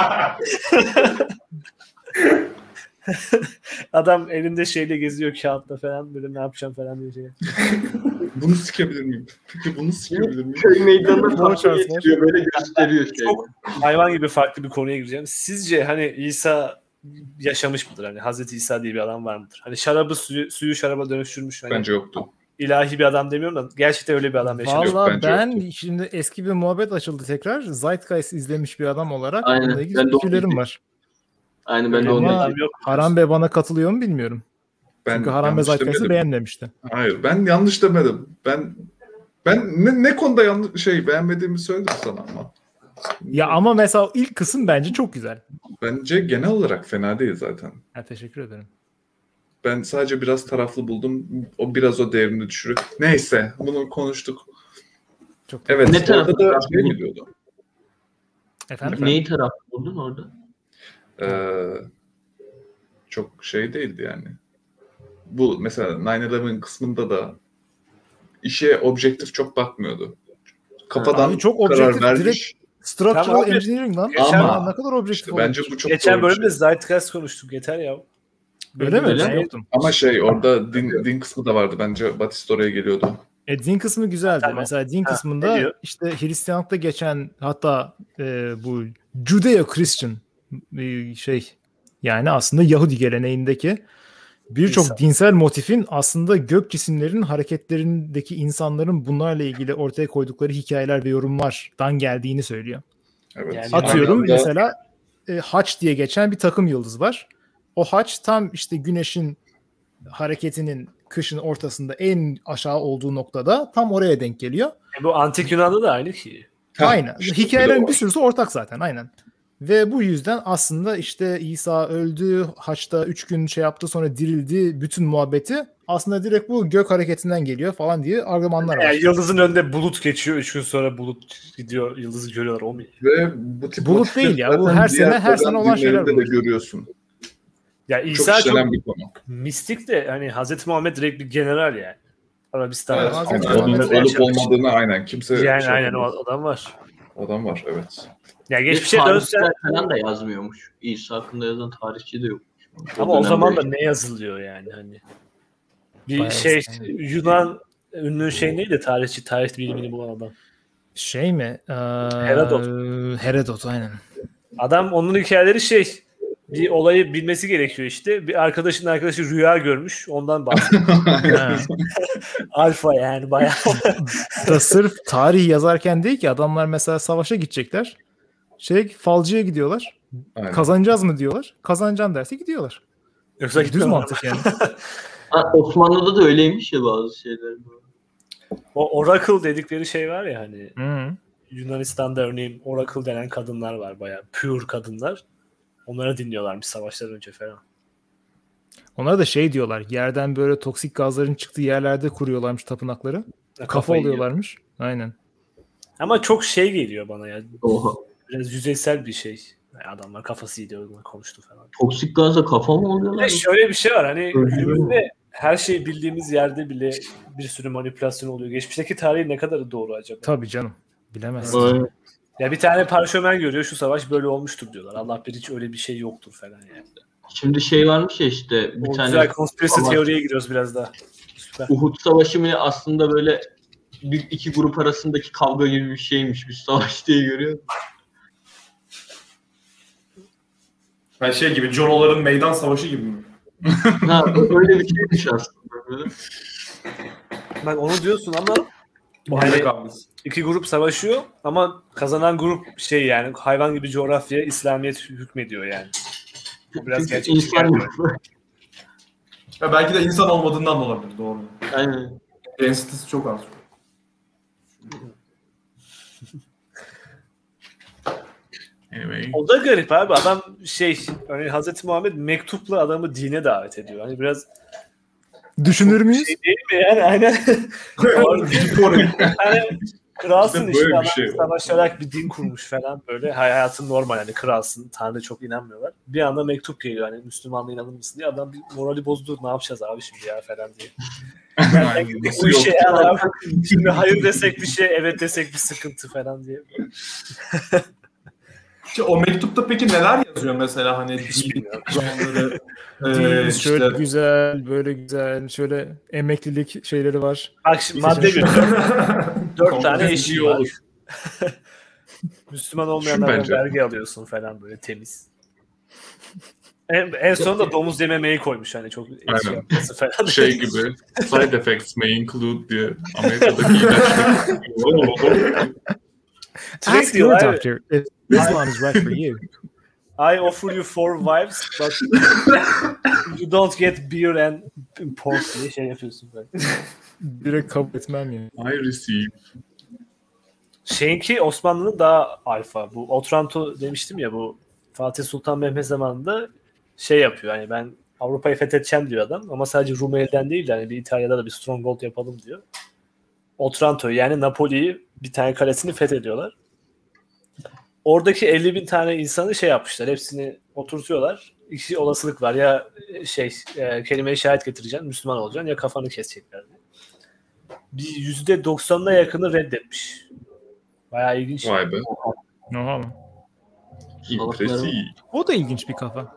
Adam elinde şeyle geziyor kağıtla falan böyle ne yapacağım falan diye şey. Bunu sikebilir miyim? Peki bunu sikebilir miyim? Köy meydanına Borç farklı var. getiriyor böyle gösteriyor şey. Çok hayvan gibi farklı bir konuya gireceğim. Sizce hani İsa yaşamış mıdır? Hani Hazreti İsa diye bir adam var mıdır? Hani şarabı suyu, suyu şaraba dönüştürmüş. Hani Bence yoktu. ilahi bir adam demiyorum da gerçekten öyle bir adam yaşamış. Valla bence ben yoktu. şimdi eski bir muhabbet açıldı tekrar. Zeitgeist izlemiş bir adam olarak Aynen, bununla ilgili ben de onu fikirlerim diyecektim. var. Aynı ben de Ama onu Ama adam yok. Haram Bey bana katılıyor mu bilmiyorum. Ben Çünkü Haram Bey yanlış Zeitgeist'i demedim. beğenmemişti. Hayır, ben yanlış demedim. Ben ben ne, ne konuda yanlış şey beğenmediğimi söyledim sana ama. Ya ama mesela ilk kısım bence çok güzel. Bence genel olarak fena değil zaten. Ha, teşekkür ederim. Ben sadece biraz taraflı buldum. O biraz o değerini düşürüyor. Neyse, bunu konuştuk. Çok Evet, Ne orada taraflı da taraflı şey buldun? mi diyordu? Efendim? Neyi taraf buldun orada? Ee, çok şey değildi yani. Bu mesela nine eleven kısmında da işe objektif çok bakmıyordu. Kafadan Abi çok karar objektif, vermiş. direkt Structural Tamam abi. engineering lan. Geçen- Ama ne kadar objektif İşte bence olabilir? bu çok Geçen doğru bir bölümde şey. Zeitgeist konuştuk yeter ya. Öyle mi? Öyle Ben mi? yoktum. Ama şey orada din, din kısmı da vardı. Bence Batista oraya geliyordu. E, din kısmı güzeldi. Tamam. Mesela din Ha, ne kısmında diyor? işte Hristiyanlıkta geçen hatta e, bu Judeo-Christian e, şey yani aslında Yahudi geleneğindeki birçok İnsan. dinsel motifin aslında gök cisimlerin hareketlerindeki insanların bunlarla ilgili ortaya koydukları hikayeler ve yorumlardan geldiğini söylüyor. Evet. Yani Atıyorum Aynı anda- mesela e, haç diye geçen bir takım yıldız var. O haç tam işte güneşin hareketinin kışın ortasında en aşağı olduğu noktada tam oraya denk geliyor. E bu antik Yunan'da da aynı ki. Heh, Aynen. işte bu da Hikayelerin var. bir sürüsü ortak zaten aynen. Ve bu yüzden aslında işte İsa öldü, haçta üç gün şey yaptı sonra dirildi bütün muhabbeti aslında direkt bu gök hareketinden geliyor falan diye argümanlar var. Yani yıldızın önünde bulut geçiyor. Üç gün sonra bulut gidiyor. Yıldızı görüyorlar. O mu? Ve bu tip Bulut motifleri değil ya, bu zaten her diğer sene- her pagan sene olan şeyler dinlerinde de bu. görüyorsun. Ya Çok İsa çok, işlenen bir konu. mistik de hani Hazreti Muhammed direkt bir general yani. Arabistan. Evet, Hazreti ama Muhammed onun olup yaşamış. olmadığını aynen kimse Yani şey aynen yapamaz. o adam var. Adam var evet. Ya Ve geçmişe tarihçiler dönsen falan da yazmıyormuş. İsa hakkında yazan tarihçi de yok. ama o dönemde zaman da işte. ne yazılıyor yani hani. Bir Bayağı şey eski. Yunan ünlü şey neydi tarihçi, tarih bilimini bulan adam. Şey mi? Ee, Herodot. Herodot aynen. Adam onun hikayeleri şey bir olayı bilmesi gerekiyor işte. Bir arkadaşın arkadaşı rüya görmüş. Ondan bahsediyor. Ha. Alfa yani bayağı. Da sırf tarih yazarken değil ki adamlar mesela savaşa gidecekler. Şey falcıya gidiyorlar. Aynen. Kazanacağız mı diyorlar. Kazanacaksın derse gidiyorlar. Yoksa Düz gitmem. mantık yani. Ha, Osmanlı'da da öyleymiş ya bazı şeyler. O Oracle dedikleri şey var ya hani Hı. Yunanistan'da örneğin Oracle denen kadınlar var bayağı. Pure kadınlar. Onları dinliyorlarmış savaşlar önce falan. Ona da şey diyorlar. Yerden böyle toksik gazların çıktığı yerlerde kuruyorlarmış tapınakları. Kafa Kafayı yiyor. oluyorlarmış. Aynen. Ama çok şey geliyor bana ya. Oha. Biraz yüzeysel bir şey. Yani adamlar kafası iyi diyor, konuştu falan. Toksik gazla kafa mı Bir oluyorlar? de şöyle bir şey var hani Öyle günümüzde her şeyi bildiğimiz yerde bile bir sürü manipülasyon oluyor. Geçmişteki tarihi ne kadar doğru acaba? Tabii canım. Bilemezsin. Aynen. Ya bir tane parşömen görüyor şu savaş böyle olmuştur diyorlar. Allah bilir hiç öyle bir şey yoktur falan yani. Şimdi şey varmış ya işte bir O tane güzel conspiracy savaş- teoriye giriyoruz biraz daha. Süper. Uhud Savaşı mı aslında böyle bir, iki grup arasındaki kavga gibi bir şeymiş. Bir savaş diye görüyor musun? Yani şey gibi Coroların meydan savaşı gibi mi? Ha, öyle bir şeymiş aslında. Böyle. Ben onu diyorsun ama Mahalle Yani- kavgası. iki grup savaşıyor ama kazanan grup şey yani hayvan gibi coğrafyaya İslamiyet hükmediyor yani. Bu biraz Çünkü gerçekçi insan gelmiyor. Ya belki de insan olmadığından da olabilir. Doğru. Aynen. Densitesi çok az. Anyway. O da garip abi. Adam şey, hani Hazreti Muhammed mektupla adamı dine davet ediyor. Hani biraz Düşünür müyüz? şey değil mi yani? Aynen. Hani kralsın İşte işte, böyle bir adam şey var. savaşarak bir din kurmuş falan böyle. Hayatın normal, hani kralsın. Tanrı çok inanmıyorlar. Bir anda mektup geliyor, hani Müslümanlığa inanır mısın diye. Adam bir morali bozdu. Ne yapacağız abi şimdi ya falan diye. Aynen, Bu nasıl işe yok? yani abi. Şimdi hayır desek bir şey, evet desek bir sıkıntı falan diye. İşte o mektupta peki neler yazıyor mesela, hani Hiç din bilmiyorum. kuramları, Değil, e, şöyle işte güzel, böyle güzel, şöyle emeklilik şeyleri var. Bak şimdi Bir madde seçenek. bir. Dört tane Komünizm eşin iyi var. olur. Müslüman Düşün olmayanlardan bence. vergi alıyorsun falan, böyle temiz. En, en sonunda domuz yememeyi koymuş, hani çok şey Aynen. yapması falan. Şey gibi, side effects may include diye Amerika'daki ilaçlar. Direkt Ask diyor your abi, doctor if Islam is right for you. I offer you four wives but you don't get beer and pork diye şey yapıyorsun böyle. Direkt kabul etmem ya. I receive. Şeyinki Osmanlı'nın daha alfa. Bu Otranto demiştim ya, bu Fatih Sultan Mehmet zamanında şey yapıyor. Hani ben Avrupa'yı fethedeceğim diyor adam, ama sadece Rumeli'den değil de hani bir İtalya'da da bir stronghold yapalım diyor. Otranto'yu, yani Napoli'yi, bir tane kalesini fethediyorlar. Oradaki elli bin tane insanı şey yapmışlar. Hepsini oturtuyorlar. İki olasılık var. Ya şey e, kelime-i şahit getireceksin, Müslüman olacaksın, ya kafanı kesecekler diye. Bir yüzde doksanına yakını reddetmiş. Bayağı ilginç. Vay be. Oha. İmpresif. O da ilginç bir kafa.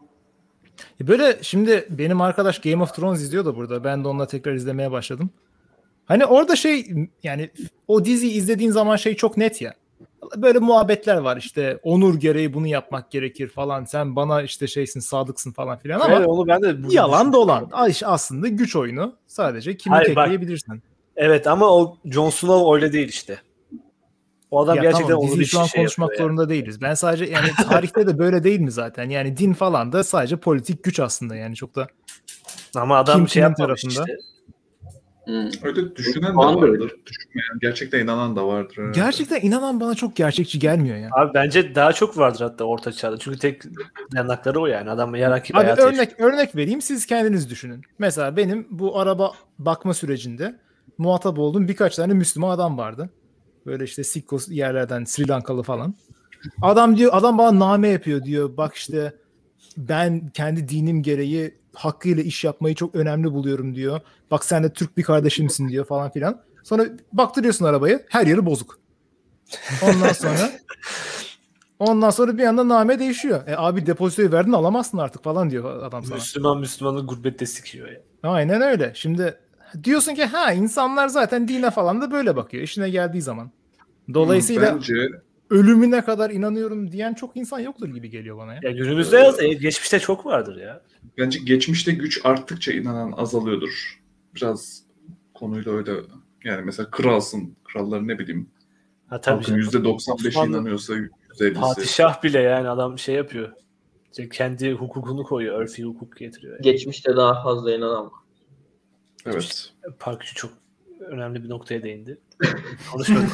E Böyle şimdi benim arkadaş Game of Thrones izliyor da burada. Ben de onunla tekrar izlemeye başladım. Hani orada şey, yani o diziyi izlediğin zaman şey çok net ya. Böyle muhabbetler var işte, onur gereği bunu yapmak gerekir falan. Sen bana işte şeysin, sadıksın falan filan, ama Evet, onu ben de yalan dolan. Ay, aslında güç oyunu. Sadece kimi Hayır, bak- tekleyebilirsin. Evet, ama o Jon Snow öyle değil işte. O adam Ya gerçekten tamam, onu diziyi bir şu an şey konuşmak yapıyor yani. zorunda değiliz. Ben sadece yani tarihte de böyle değil mi zaten? Yani din falan da sadece politik güç aslında, yani çok da Ama adam Kim şey kimin yapmamış tarafında? işte. Hmm. Öyle düşünen de Puan da vardır. öyle. Düşünmeyen, gerçekten inanan da vardır. herhalde. gerçekten inanan bana çok gerçekçi gelmiyor ya. Abi bence daha çok vardır hatta orta çağda. Çünkü tek yanakları o yani. Adam yarak gibi Abi hayat örnek yaşıyor. örnek vereyim, siz kendiniz düşünün. Mesela benim bu araba bakma sürecinde muhatap olduğum birkaç tane Müslüman adam vardı. Böyle işte Sikkos yerlerden, Sri Lankalı falan. Adam diyor, adam bana name yapıyor diyor. Bak işte ben kendi dinim gereği hakkıyla iş yapmayı çok önemli buluyorum diyor. Bak sen de Türk bir kardeşimsin diyor falan filan. Sonra baktırıyorsun arabayı, her yeri bozuk. Ondan sonra ondan sonra bir anda name değişiyor. E abi depozitoyu verdin, alamazsın artık falan diyor adam sana. Müslüman Müslümanı gurbette sikiyor ya. Aynen öyle. Şimdi diyorsun ki ha, insanlar zaten dine falan da böyle bakıyor işine geldiği zaman. Dolayısıyla Bence ölümüne kadar inanıyorum diyen çok insan yoktur gibi geliyor bana ya. Ya günümüzde yaz, e, geçmişte çok vardır ya. bence geçmişte güç arttıkça inanan azalıyordur. Biraz konuyla öyle, yani mesela kralsın. Kralları ne bileyim. Ha tabii Halkın canım. yüzde doksan beşi Osmanlı inanıyorsa yüzde ellisi. Padişah bile yani adam şey yapıyor. İşte kendi hukukunu koyuyor. Örfi hukuk getiriyor. Yani. Geçmişte daha fazla inanan var. Evet. Parkçı çok önemli bir noktaya değindi. Konuşmadık.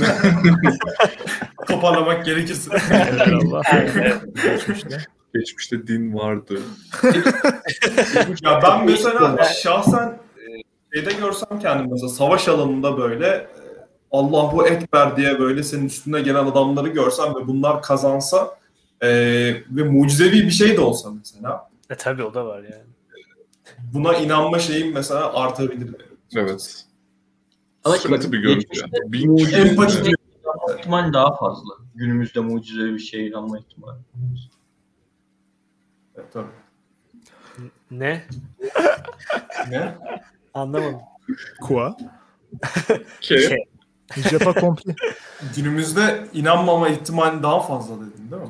toparlamak gerekirse. Allah. Evet. Geçmişte. Geçmişte din vardı. Ya ben mesela şahsen e, şeyde görsem kendim, mesela savaş alanında böyle e, Allahu Ekber diye böyle senin üstüne gelen adamları görsem ve bunlar kazansa e, ve mucizevi bir şey de olsa mesela, E tabii o da var yani. buna inanma şeyim mesela artabilir. Evet. Ama işte Sıkıntı bak, bir görüntü geçmişte yani. Bin mucize kişi- empati bir inanma ihtimali daha fazla. Günümüzde mucize bir şeye inanma ihtimali. Evet, tabii. Ne? Ne? Anlamadım. Kua. Ki Şey. Japa kompli. Günümüzde inanmama ihtimali daha fazla dedin değil mi?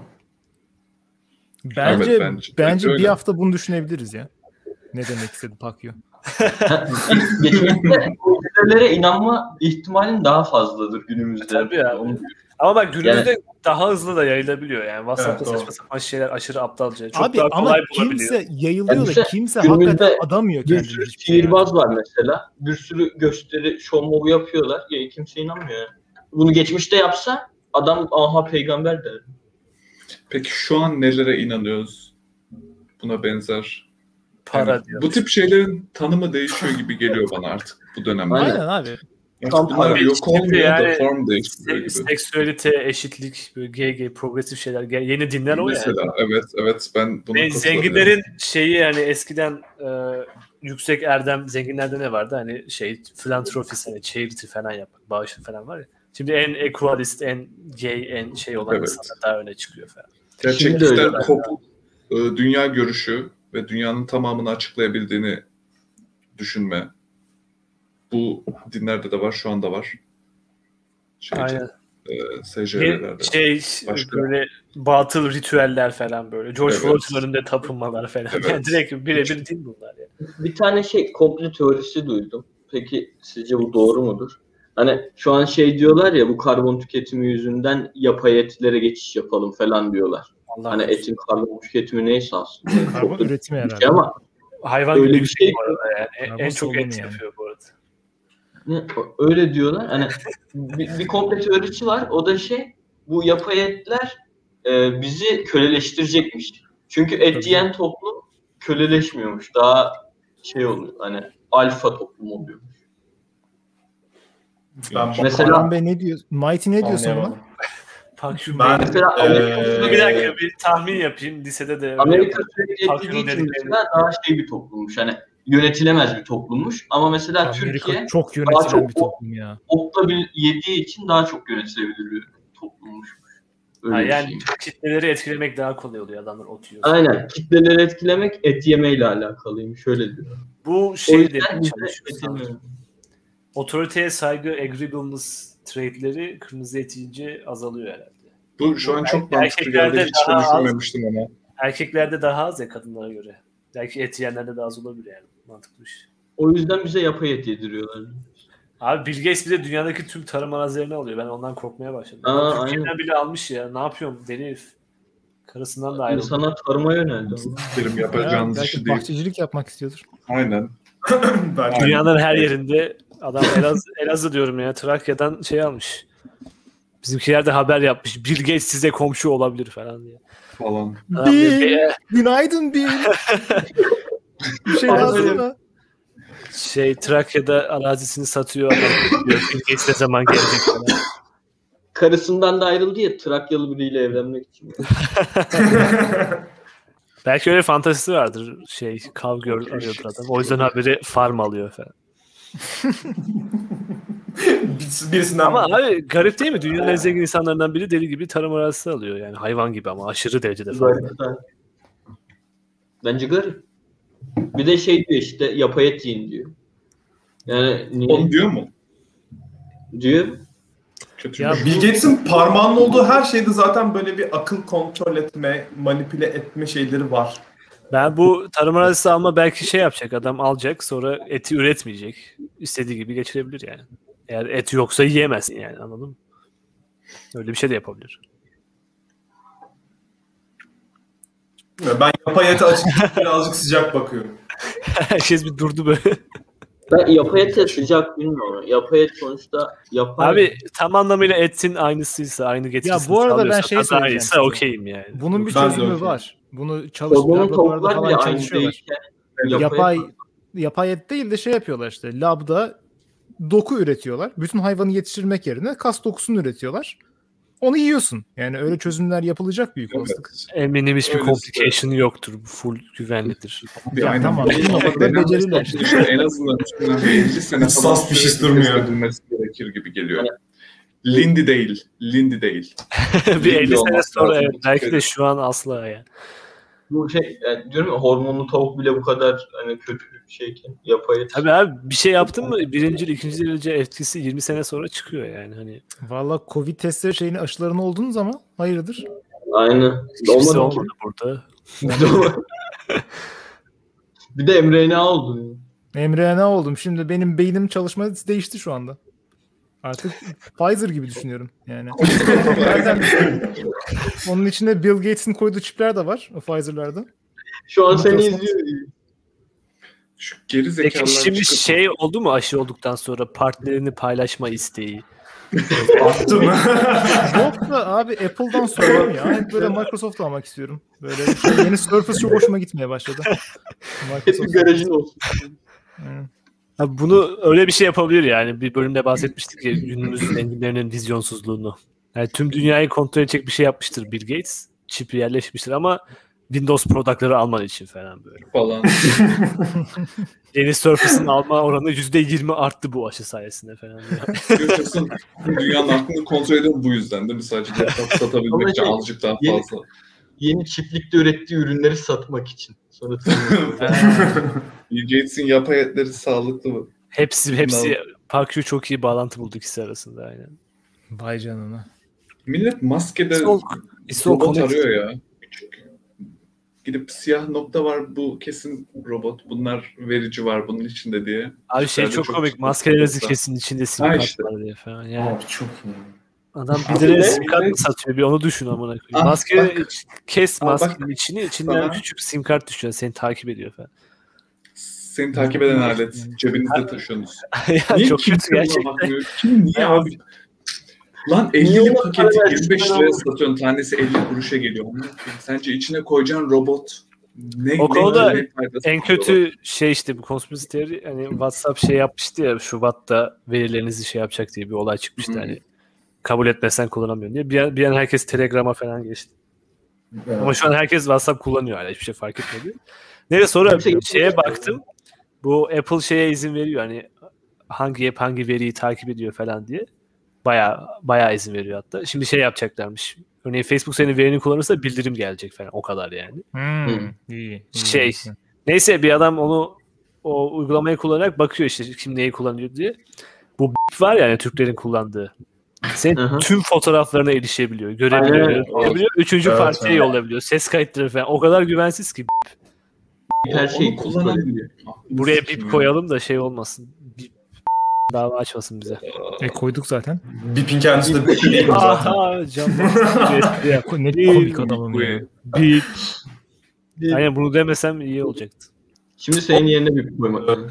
Bence Evet, bence. bence, Bence bir öyle. hafta bunu düşünebiliriz ya. Ne demek istedi Pakyo? Geçmişte mucizelere inanma ihtimalin daha fazladır günümüzde. Tabii abi. Onu- Ama bak günümüzde daha hızlı da yayılabiliyor yani. WhatsApp'ta Evet, doğru. saçma sapan şeyler aşırı aptalca. Çok Abi daha ama kolay bulabiliyor. kimse yayılıyor da Kimse- kimse günümüzde hakikaten adamıyor Bir kendini sürü hiçbir şeye. sihirbaz var mesela. Bir sürü gösteri, şov movu yapıyorlar. Ya kimse inanmıyor yani. Bunu geçmişte yapsa adam aha peygamber der. Peki şu an nelere inanıyoruz? Buna benzer. Para Yani diyor. bu tip şeylerin tanımı değişiyor gibi geliyor bana artık bu dönemde. Aynen abi. Artık bunlar Abi yok şimdi olmuyor yani da form değiştiriyor Se- gibi. seksüelite, eşitlik, böyle G G, progresif şeyler, ge- yeni dinler o Mesela yani. evet evet ben buna Ve katılıyorum. zenginlerin şeyi yani eskiden e, yüksek erdem zenginlerde ne vardı? Hani şey filantropist, hani charity falan yapmak, bağışın falan var ya. Şimdi en equalist, en gay, en şey olan Evet. insanlar daha öne çıkıyor falan. Gerçekten Şimdi de öyle. kopuk e, dünya görüşü ve dünyanın tamamını açıklayabildiğini düşünme. Bu dinlerde de var, şu anda var. Şeyde, Aynen. e, S J V'lerde. Şey Başka? böyle batıl ritüeller falan böyle. George Evet. Floyd'un önünde tapınmalar falan. Evet. Yani direkt birebir din bunlar yani. Bir tane şey komplo teorisi duydum. Peki sizce bu doğru mudur? Hani şu an şey diyorlar ya, bu karbon tüketimi yüzünden yapay etlere geçiş yapalım falan diyorlar. Allah Hani korusun. etin karbon tüketimi neyse aslında. Karbon Çok da üretimi bir herhalde. şey ama hayvan öyle gibi bir bir şey şey bu arada yani. En- Karbon En çok salımı et yani. yapıyor bu arada. ne, öyle diyorlar. Hani bir, bir komplo teorisi var. O da şey, bu yapay etler e, bizi köleleştirecekmiş. Çünkü et Tabii yiyen toplum köleleşmiyormuş. Daha şey oluyor. Hani alfa toplum oluyor. Ben Mesela- Baran Bey ne diyor? Mighty ne diyorsun buna? anlayamadım. Park Yun Ben Bey. Mesela Ee, Amerika, Bir dakika bir tahmin yapayım. Lisede de öyle Amerika yapardım. sürekli Park etkilediği Yun için dediklerini- mesela daha şey bir toplummuş. Hani yönetilemez bir toplummuş. Ama mesela Amerika Türkiye çok yönetilen çok- bir toplum ya. otla bir yediği için daha çok yönetilebilir bir toplummuş. Öyle Ha, bir yani şey. kitleleri etkilemek daha kolay oluyor adamlar ot yiyor. Aynen. Kitleleri etkilemek et yemeyle alakalıymış. Şöyle diyor. Bu O şey yüzden demeye biz de çalışıyor et sanırım. yemeyelim. Otoriteye saygı, agreeableness traitleri kırmızı et yiyince azalıyor herhalde. Bu şu an çok mantıklı Erkeklerde geldi. Hiç de daha az- düşünmemiştim ama. Erkeklerde daha az ya kadınlara göre. Belki et yiyenlerde daha az olabilir yani. Mantıklı bir şey. O yüzden bize yapay et yediriyorlar. Abi Bill Gates bir de dünyadaki tüm tarım arazilerini alıyor. Ben ondan korkmaya başladım. Aa, Türkiye'den bile almış ya. Ne yapıyorum deli herif. Karısından da ayrıldı. İnsanlar tarıma yöneldi. ama. Derim Ya, yapacağınız işi belki değil. bahçecilik yapmak istiyordur. Aynen. Ben Dünyanın her yerinde adam Elazığ, Elazığ diyorum ya Trakya'dan şey almış. Bizimkiler de haber yapmış. Bill Gates size komşu olabilir falan diye. Falan. Adam diyor, Bill, "Be- günaydın Bill. Bir şey lazım mı? şey Trakya'da arazisini satıyor adam diyor. Bill Gates ne zaman gelecek falan. Karısından da ayrıldı ya, Trakyalı biriyle evlenmek için. Belki öyle fantazisi vardır. Şey kavga arıyordur adam. O yüzden haberi farm alıyor falan. Bir- birisinden Ama abi garip değil mi? Dünyanın en zengin insanlarından biri deli gibi tarım arazisi alıyor. Yani hayvan gibi ama aşırı derecede fazla. Garip. ha. Bence garip. Bir de şey diyor işte, yapay et yiyin diyor. Yani niye Onu diyor mu? diyor? Kötü Ya bir şey. Bill Gates'in parmağının olduğu her şeyde zaten böyle bir akıl kontrol etme, manipüle etme şeyleri var. Ben bu tarım arazisi alma belki şey yapacak. Adam alacak sonra eti üretmeyecek. İstediği gibi geçirebilir yani. Eğer et yoksa yiyemezsin yani anladın mı? Öyle bir şey de yapabilir. Ben yapay ete açıkçası birazcık sıcak bakıyorum. Herkes bir durdu böyle. Ben yapay ete sıcak bilmiyorum. Yapay et sonuçta yapay. Abi tam anlamıyla etin aynısıysa, aynı getirisini Ya bu arada ben sağlıyorsa, şey daha söyleyeceğim iyiyse size. okeyim yani. Bunun bir Ben de çözümü okey. var. Bunu çalış Odunun laboratuvarda tavuklar bile falan aynı çalışıyorlar. değilken Yapay yapay et değil de şey yapıyorlar işte. Labda doku üretiyorlar. Bütün hayvanı yetiştirmek yerine kas dokusunu üretiyorlar. Onu yiyorsun. Yani öyle çözümler yapılacak büyük olasılık. Eminim hiçbir Öylesi. complication yoktur. Bu full güvenlidir. Bir Ya aynen. tamam, bir noktada Denenmesi becerirler. için işte en azından üstünden bir elli sene Hiç falan sas bir şey süre durmuyor. test edilmesi gerekir gibi geliyor. Lindy değil. Lindy değil. bir elli sene olması sonra lazım. evet, belki de şu an asla yani. bu şey yani diyorum ya, hormonlu tavuk bile bu kadar hani kötü bir şeyken yapay et. Tabii abi bir şey yaptın mı birinci, ikinci derece etkisi yirmi sene sonra çıkıyor yani. Hani Valla Covid testleri şeyini aşılarını oldunuz ama hayırdır? Aynen. hiçbirisi Olmadı ki. olmadı burada. Bir de mRNA oldu. mRNA oldum. Şimdi benim beynim çalışması değişti şu anda. Artık Pfizer gibi düşünüyorum yani. Zaten onun içinde Bill Gates'in koyduğu çipler de var o Pfizer'larda. Şu an seni Microsoft. izliyor. Şu geri Peki zekalılar şimdi çıkıp- şey oldu mu aşı olduktan sonra partnerini paylaşma isteği? Attı mı? Yok da abi Apple'dan sorarım ya. Hep böyle Microsoft almak istiyorum. Böyle şey, yeni Surface çok hoşuma gitmeye başladı. Hep bir garajın olsun. Hmm. Abi bunu öyle bir şey yapabilir yani. Bir bölümde bahsetmiştik ya günümüz zenginlerinin vizyonsuzluğunu. Yani tüm dünyayı kontrol edecek bir şey yapmıştır Bill Gates. Çipi yerleşmiştir ama Windows product'ları alman için falan böyle. falan. Yeni Surface'ın alma oranı yüzde yirmi arttı bu aşı sayesinde falan. Görüyorsun dünyanın aklını kontrol ediyor bu yüzden değil mi? Sadece laptop satabilmek için Ama şey, azıcık daha yeni- fazla. Yeni çiftlikte ürettiği ürünleri satmak için. Sonra Bill Gates'in yapay etleri sağlıklı mı? hepsi hepsi Park Yu çok iyi bağlantı buldu ikisi arasında aynen. Vay canına. Millet maskede Sol- Sol robot connect- arıyor ya. Küçük. Gidip siyah nokta var bu kesin robot. Bunlar verici var bunun içinde diye. Abi şey İşlerde çok çok komik. çıktı. Maskelerinizi kesin içinde sim Ha kart işte. var diye falan. Yani Abi çok iyi. adam Abi bir liraya ne? sim kart mı satıyor? Bir onu düşün amına koyayım. Ah, Maske bak. kes Ah, bak. maskenin içini içinden Sana- küçük sim kart düşüyor. Seni takip ediyor falan. Seni takip eden alet. Cebinizde taşıyorsunuz. ya Niye çok kimse kötü buna gerçekten. bakmıyor? Kim niye Ya abi? Lan Niye ellili ona paketi para yirmi beş versinler liraya abi? satıyorsun. Tanesi elli kuruşa geliyor. Sence içine koyacağın robot ne, O konuda ne faydası En var? kötü şey işte bu conspiracy teori hani WhatsApp şey yapmıştı ya Şubat'ta verilerinizi şey yapacak diye bir olay çıkmıştı Hı. hani kabul etmesen kullanamıyorsun diye. Bir an, bir an herkes Telegram'a falan geçti. Evet. Ama şu an herkes WhatsApp kullanıyor hala hiçbir şey fark etmedi. Neyse sonra Kimse- şeye baktım. Bu Apple şeye izin veriyor hani hangi app hangi veriyi takip ediyor falan diye. Baya baya izin veriyor hatta. Şimdi şey yapacaklarmış. Örneğin Facebook senin verini kullanırsa bildirim gelecek falan o kadar yani. Hmm. Hmm. İyi, iyi. Şey neyse bir adam onu o uygulamayı kullanarak bakıyor işte kim neyi kullanıyor diye. Bu bip var ya yani Türklerin kullandığı. Senin Hı hı. tüm fotoğraflarına erişebiliyor, görebiliyor, Aynen. görebiliyor. Üçüncü Evet, partiye evet. yollayabiliyor. Ses kayıtları falan. O kadar güvensiz ki. Her şeyi Onu kullanabiliyor. Buraya bip koyalım da şey olmasın. Bip dava açmasın bize. E koyduk zaten. Bip'in kendisi de bir değil mi zaten? Aha can ya. Ne Bir- komik adamım ya. Bip. Aynen bunu demesem iyi olacaktı. Şimdi senin yerine bir koymak lazım.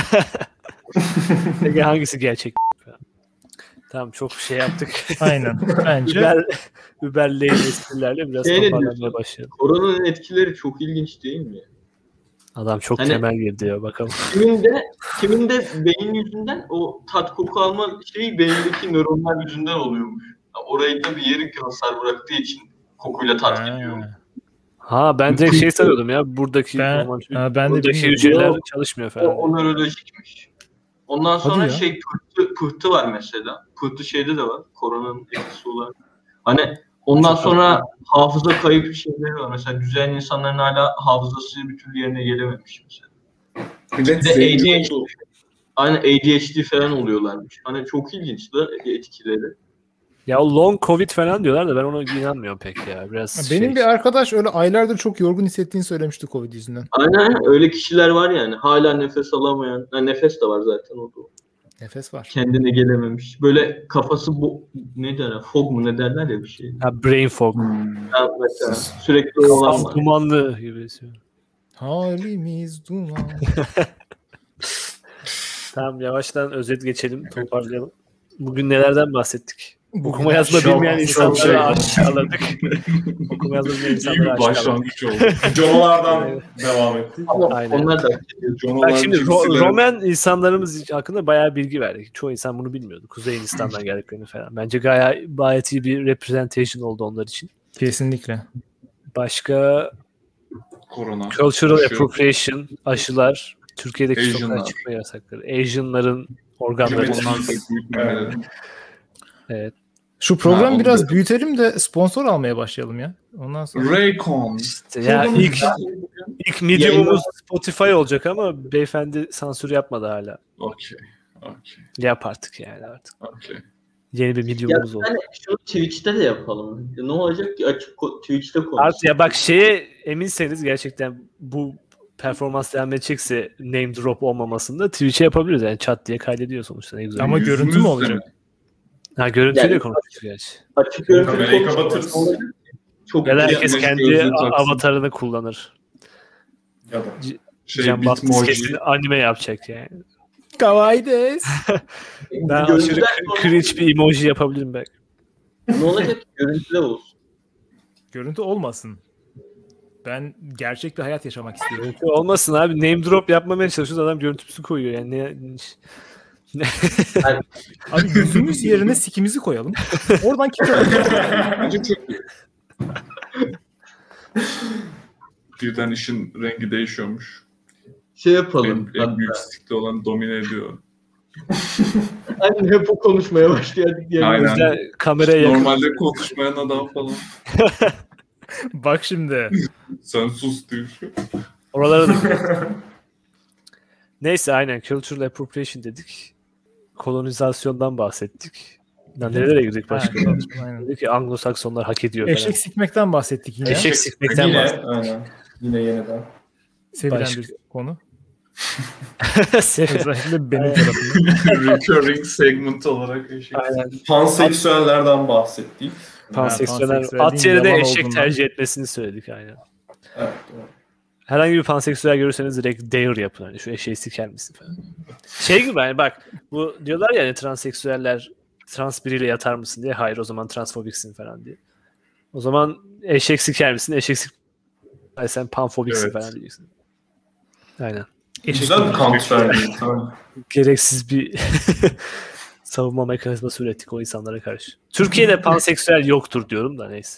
Peki hangisi gerçek? Tamam çok şey yaptık. Aynen. Bence Uber, Uber'le esprilerle biraz Şey ne toparlanmaya diyorsun? başlayalım. Koronanın etkileri çok ilginç değil mi? Adam çok Hani- temel girdi ya bakalım. Kimin de, kimin de beyin yüzünden o tat koku alma şeyi beyindeki nöronlar yüzünden oluyormuş. Yani orayı da bir yeri hasar bıraktığı için kokuyla tat gidiyor. Ha. Ha ben direkt şey sanıyordum ya buradaki Ben- normal ha, ben de buradaki bilmiyorum. hücreler Yok. çalışmıyor O, falan. o nörolojikmiş. Ondan sonra ya. şey pıhtı, pıhtı var mesela. Pıhtı şeyde de var. Koronanın etkisi olarak. Hani ondan sonra hafıza kayıp şeyleri var. Mesela düzenli insanların hala hafızası bir türlü yerine gelememiş mesela. Millet Bir de zengin A D H D. oldu. Aynen A D H D falan oluyorlarmış. Hani çok ilginç da etkileri. Ya o long covid falan diyorlar da ben ona inanmıyorum pek ya. Biraz Benim şey. bir arkadaş öyle aylardır çok yorgun hissettiğini söylemişti Covid yüzünden. Aynen öyle kişiler var yani. Hala nefes alamayan. Ha, nefes de var zaten o da. Nefes var. Kendine gelememiş. Böyle kafası bu ne derler? Fog mu ne derler ya bir şey. Ha, brain fog. Ha, mesela sürekli olan Kafam var. dumanlı gibi. Halimiz duman. Tamam yavaştan özet geçelim toparlayalım. Bugün nelerden bahsettik? Bugün Okuma yazma çok- bilmeyen çok insanları şey oldu. aşağıladık. Okuma yazma bilmeyen İyi insanları bir aşağıladık. başlangıç oldu. Jonolardan devam et. Aynen. Onlar da Bak şimdi Ro- cinsiler- Roman insanlarımız hakkında bayağı bilgi verdik. Çoğu insan bunu bilmiyordu. Kuzey Hindistan'dan geldiklerini falan. Bence gayet, gayet iyi bir representation oldu onlar için. Kesinlikle. Başka Korona. cultural Aşı. appropriation, aşılar, Türkiye'deki sokağa Asianlar. çıkma yasakları, Asianların organları. Onlar büyük memeleri. Evet. Şu program Ha, onu biraz dedim. büyütelim de sponsor almaya başlayalım ya. Ondan sonra. Raycon. İşte ya Programın- ilk ilk medium'umuz Spotify olacak ama beyefendi sansür yapmadı hala. Okey. Okey. Yap artık yani artık. Okey. Yeni bir ya medium'umuz oldu. hani şunu Twitch'te de yapalım. Ya ne olacak ki açık ko- Twitch'te konuş. Artık ya bak şeye eminseniz gerçekten bu performans devam edecekse name drop olmamasında Twitch'e yapabiliriz yani chat diye kaydediyor sonuçta ne güzel. Ama Yüzümüz görüntü mü de olacak? mi? Ha görüntüyle Yani- konuştuk gerçi. Açık görüntülü Kamerayı konuşmak kapatırız. ne olacak? Çok Ya da Ya herkes güneş kendi gözlüğü taksın. avatarını kullanır. Ya da. Şey, Can Baptist Bitmoji. kesin anime yapacak yani. Kawaii des. Ben Görüntüler aşırı cringe bir emoji yapabilirim belki. Ne olacak? Görüntüde olsun. Görüntü olmasın. Ben gerçek bir hayat yaşamak istiyorum. Görüntü olmasın abi. Name drop yapmamaya çalışıyoruz. Adam görüntüsü koyuyor yani. Ne, Abi yüzümüz yerine sikimizi koyalım. Oradan kitap. Bence çok iyi. Birden işin rengi değişiyormuş. Şey yapalım. En, en büyük sikli olan domine ediyor. Aynen hep o konuşmaya başlıyor. Diğer Aynen. yüzden kameraya yakın. Normalde konuşmayan adam falan. Bak şimdi. Sen sus diyor. Oralara da gidiyor. Neyse aynen. Cultural appropriation dedik. Kolonizasyondan bahsettik. Ya nerelere girdik başka? Ha, aynen. Dedik ki Anglo-Saksonlar hak ediyor. Eşek falan. sikmekten bahsettik yine. Eşek sikmekten Yine, bahsettik. aynen. Yine yeniden. Sevilen Başka. bir konu. Sev- Özellikle benim tarafımdan. Recurring segment olarak eşek. aynen. Panseksüellerden bahsettik. Panseksüeller panseksüel at değil, yerine yalan eşek olduğunu. tercih etmesini söyledik aynen. Evet, doğru. Herhangi bir panseksüel görürseniz direkt dare yapın. Hani şu eşeği siker misin falan. Şey gibi hani bak bu diyorlar ya hani transseksüeller trans biriyle yatar mısın diye. Hayır o zaman transfobiksin falan diye. O zaman eşek siker misin? Eşek sik... Hayır sen panfobiksin Evet. falan diyeceksin. Aynen. Güzel bir counter değil. Tamam. Gereksiz bir savunma mekanizması ürettik o insanlara karşı. Türkiye'de panseksüel yoktur diyorum da neyse.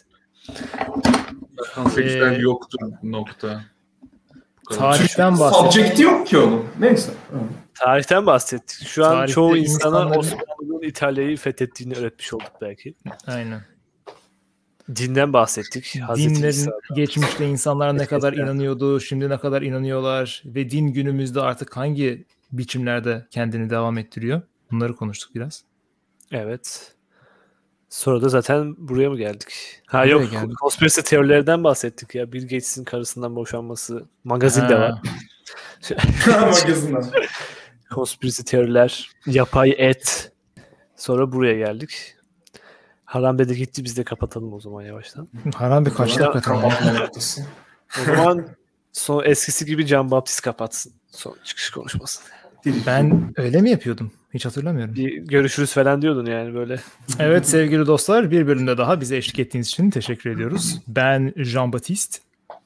Panseksüel Ee, yoktur nokta. Tarihten bahsettik. Subject'i yok ki onun. Neyse. Tarihten bahsettik. Şu an Tarihte çoğu insana insanların- Osmanlı'nın İtalya'yı fethettiğini öğretmiş olduk belki. Aynen. Dinden bahsettik. Hazreti Dinlerin İsa'dan. geçmişte insanlar ne kadar Eskiden. inanıyordu, şimdi ne kadar inanıyorlar ve din günümüzde artık hangi biçimlerde kendini devam ettiriyor? Bunları konuştuk biraz. Evet. Sonra da zaten buraya mı geldik? Ha Buraya yok. geldik. Konspirasi teorilerinden bahsettik ya. Bill Gates'in karısından boşanması. Magazin de Ha, var. Magazinden. Konspirasi teoriler. Yapay et. Sonra buraya geldik. Harambe de gitti. Biz de kapatalım o zaman yavaştan. Haram bir kaçtı Ya, hakikaten. ya. Kapatma noktası. O zaman son eskisi gibi Can Baptist kapatsın. Son çıkış konuşmasın. Ben öyle mi yapıyordum? Hiç hatırlamıyorum. Bir görüşürüz falan diyordun yani böyle. Evet sevgili dostlar, bir bölümde daha bize eşlik ettiğiniz için teşekkür ediyoruz. Ben Jean-Baptiste.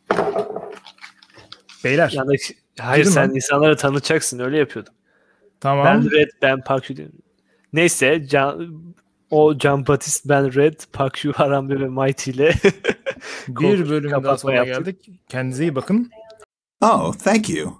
Beyler Yani, hayır Duydun sen mu? insanları tanıtacaksın öyle yapıyordun. tamam. Ben Red, ben Park Yu. Neyse Can, o Can Batist, ben Red, Park Yu, Harambe ve Mighty ile bir bölümün daha kapatma sonuna yaptık. geldik. Kendinize iyi bakın. Oh, thank you.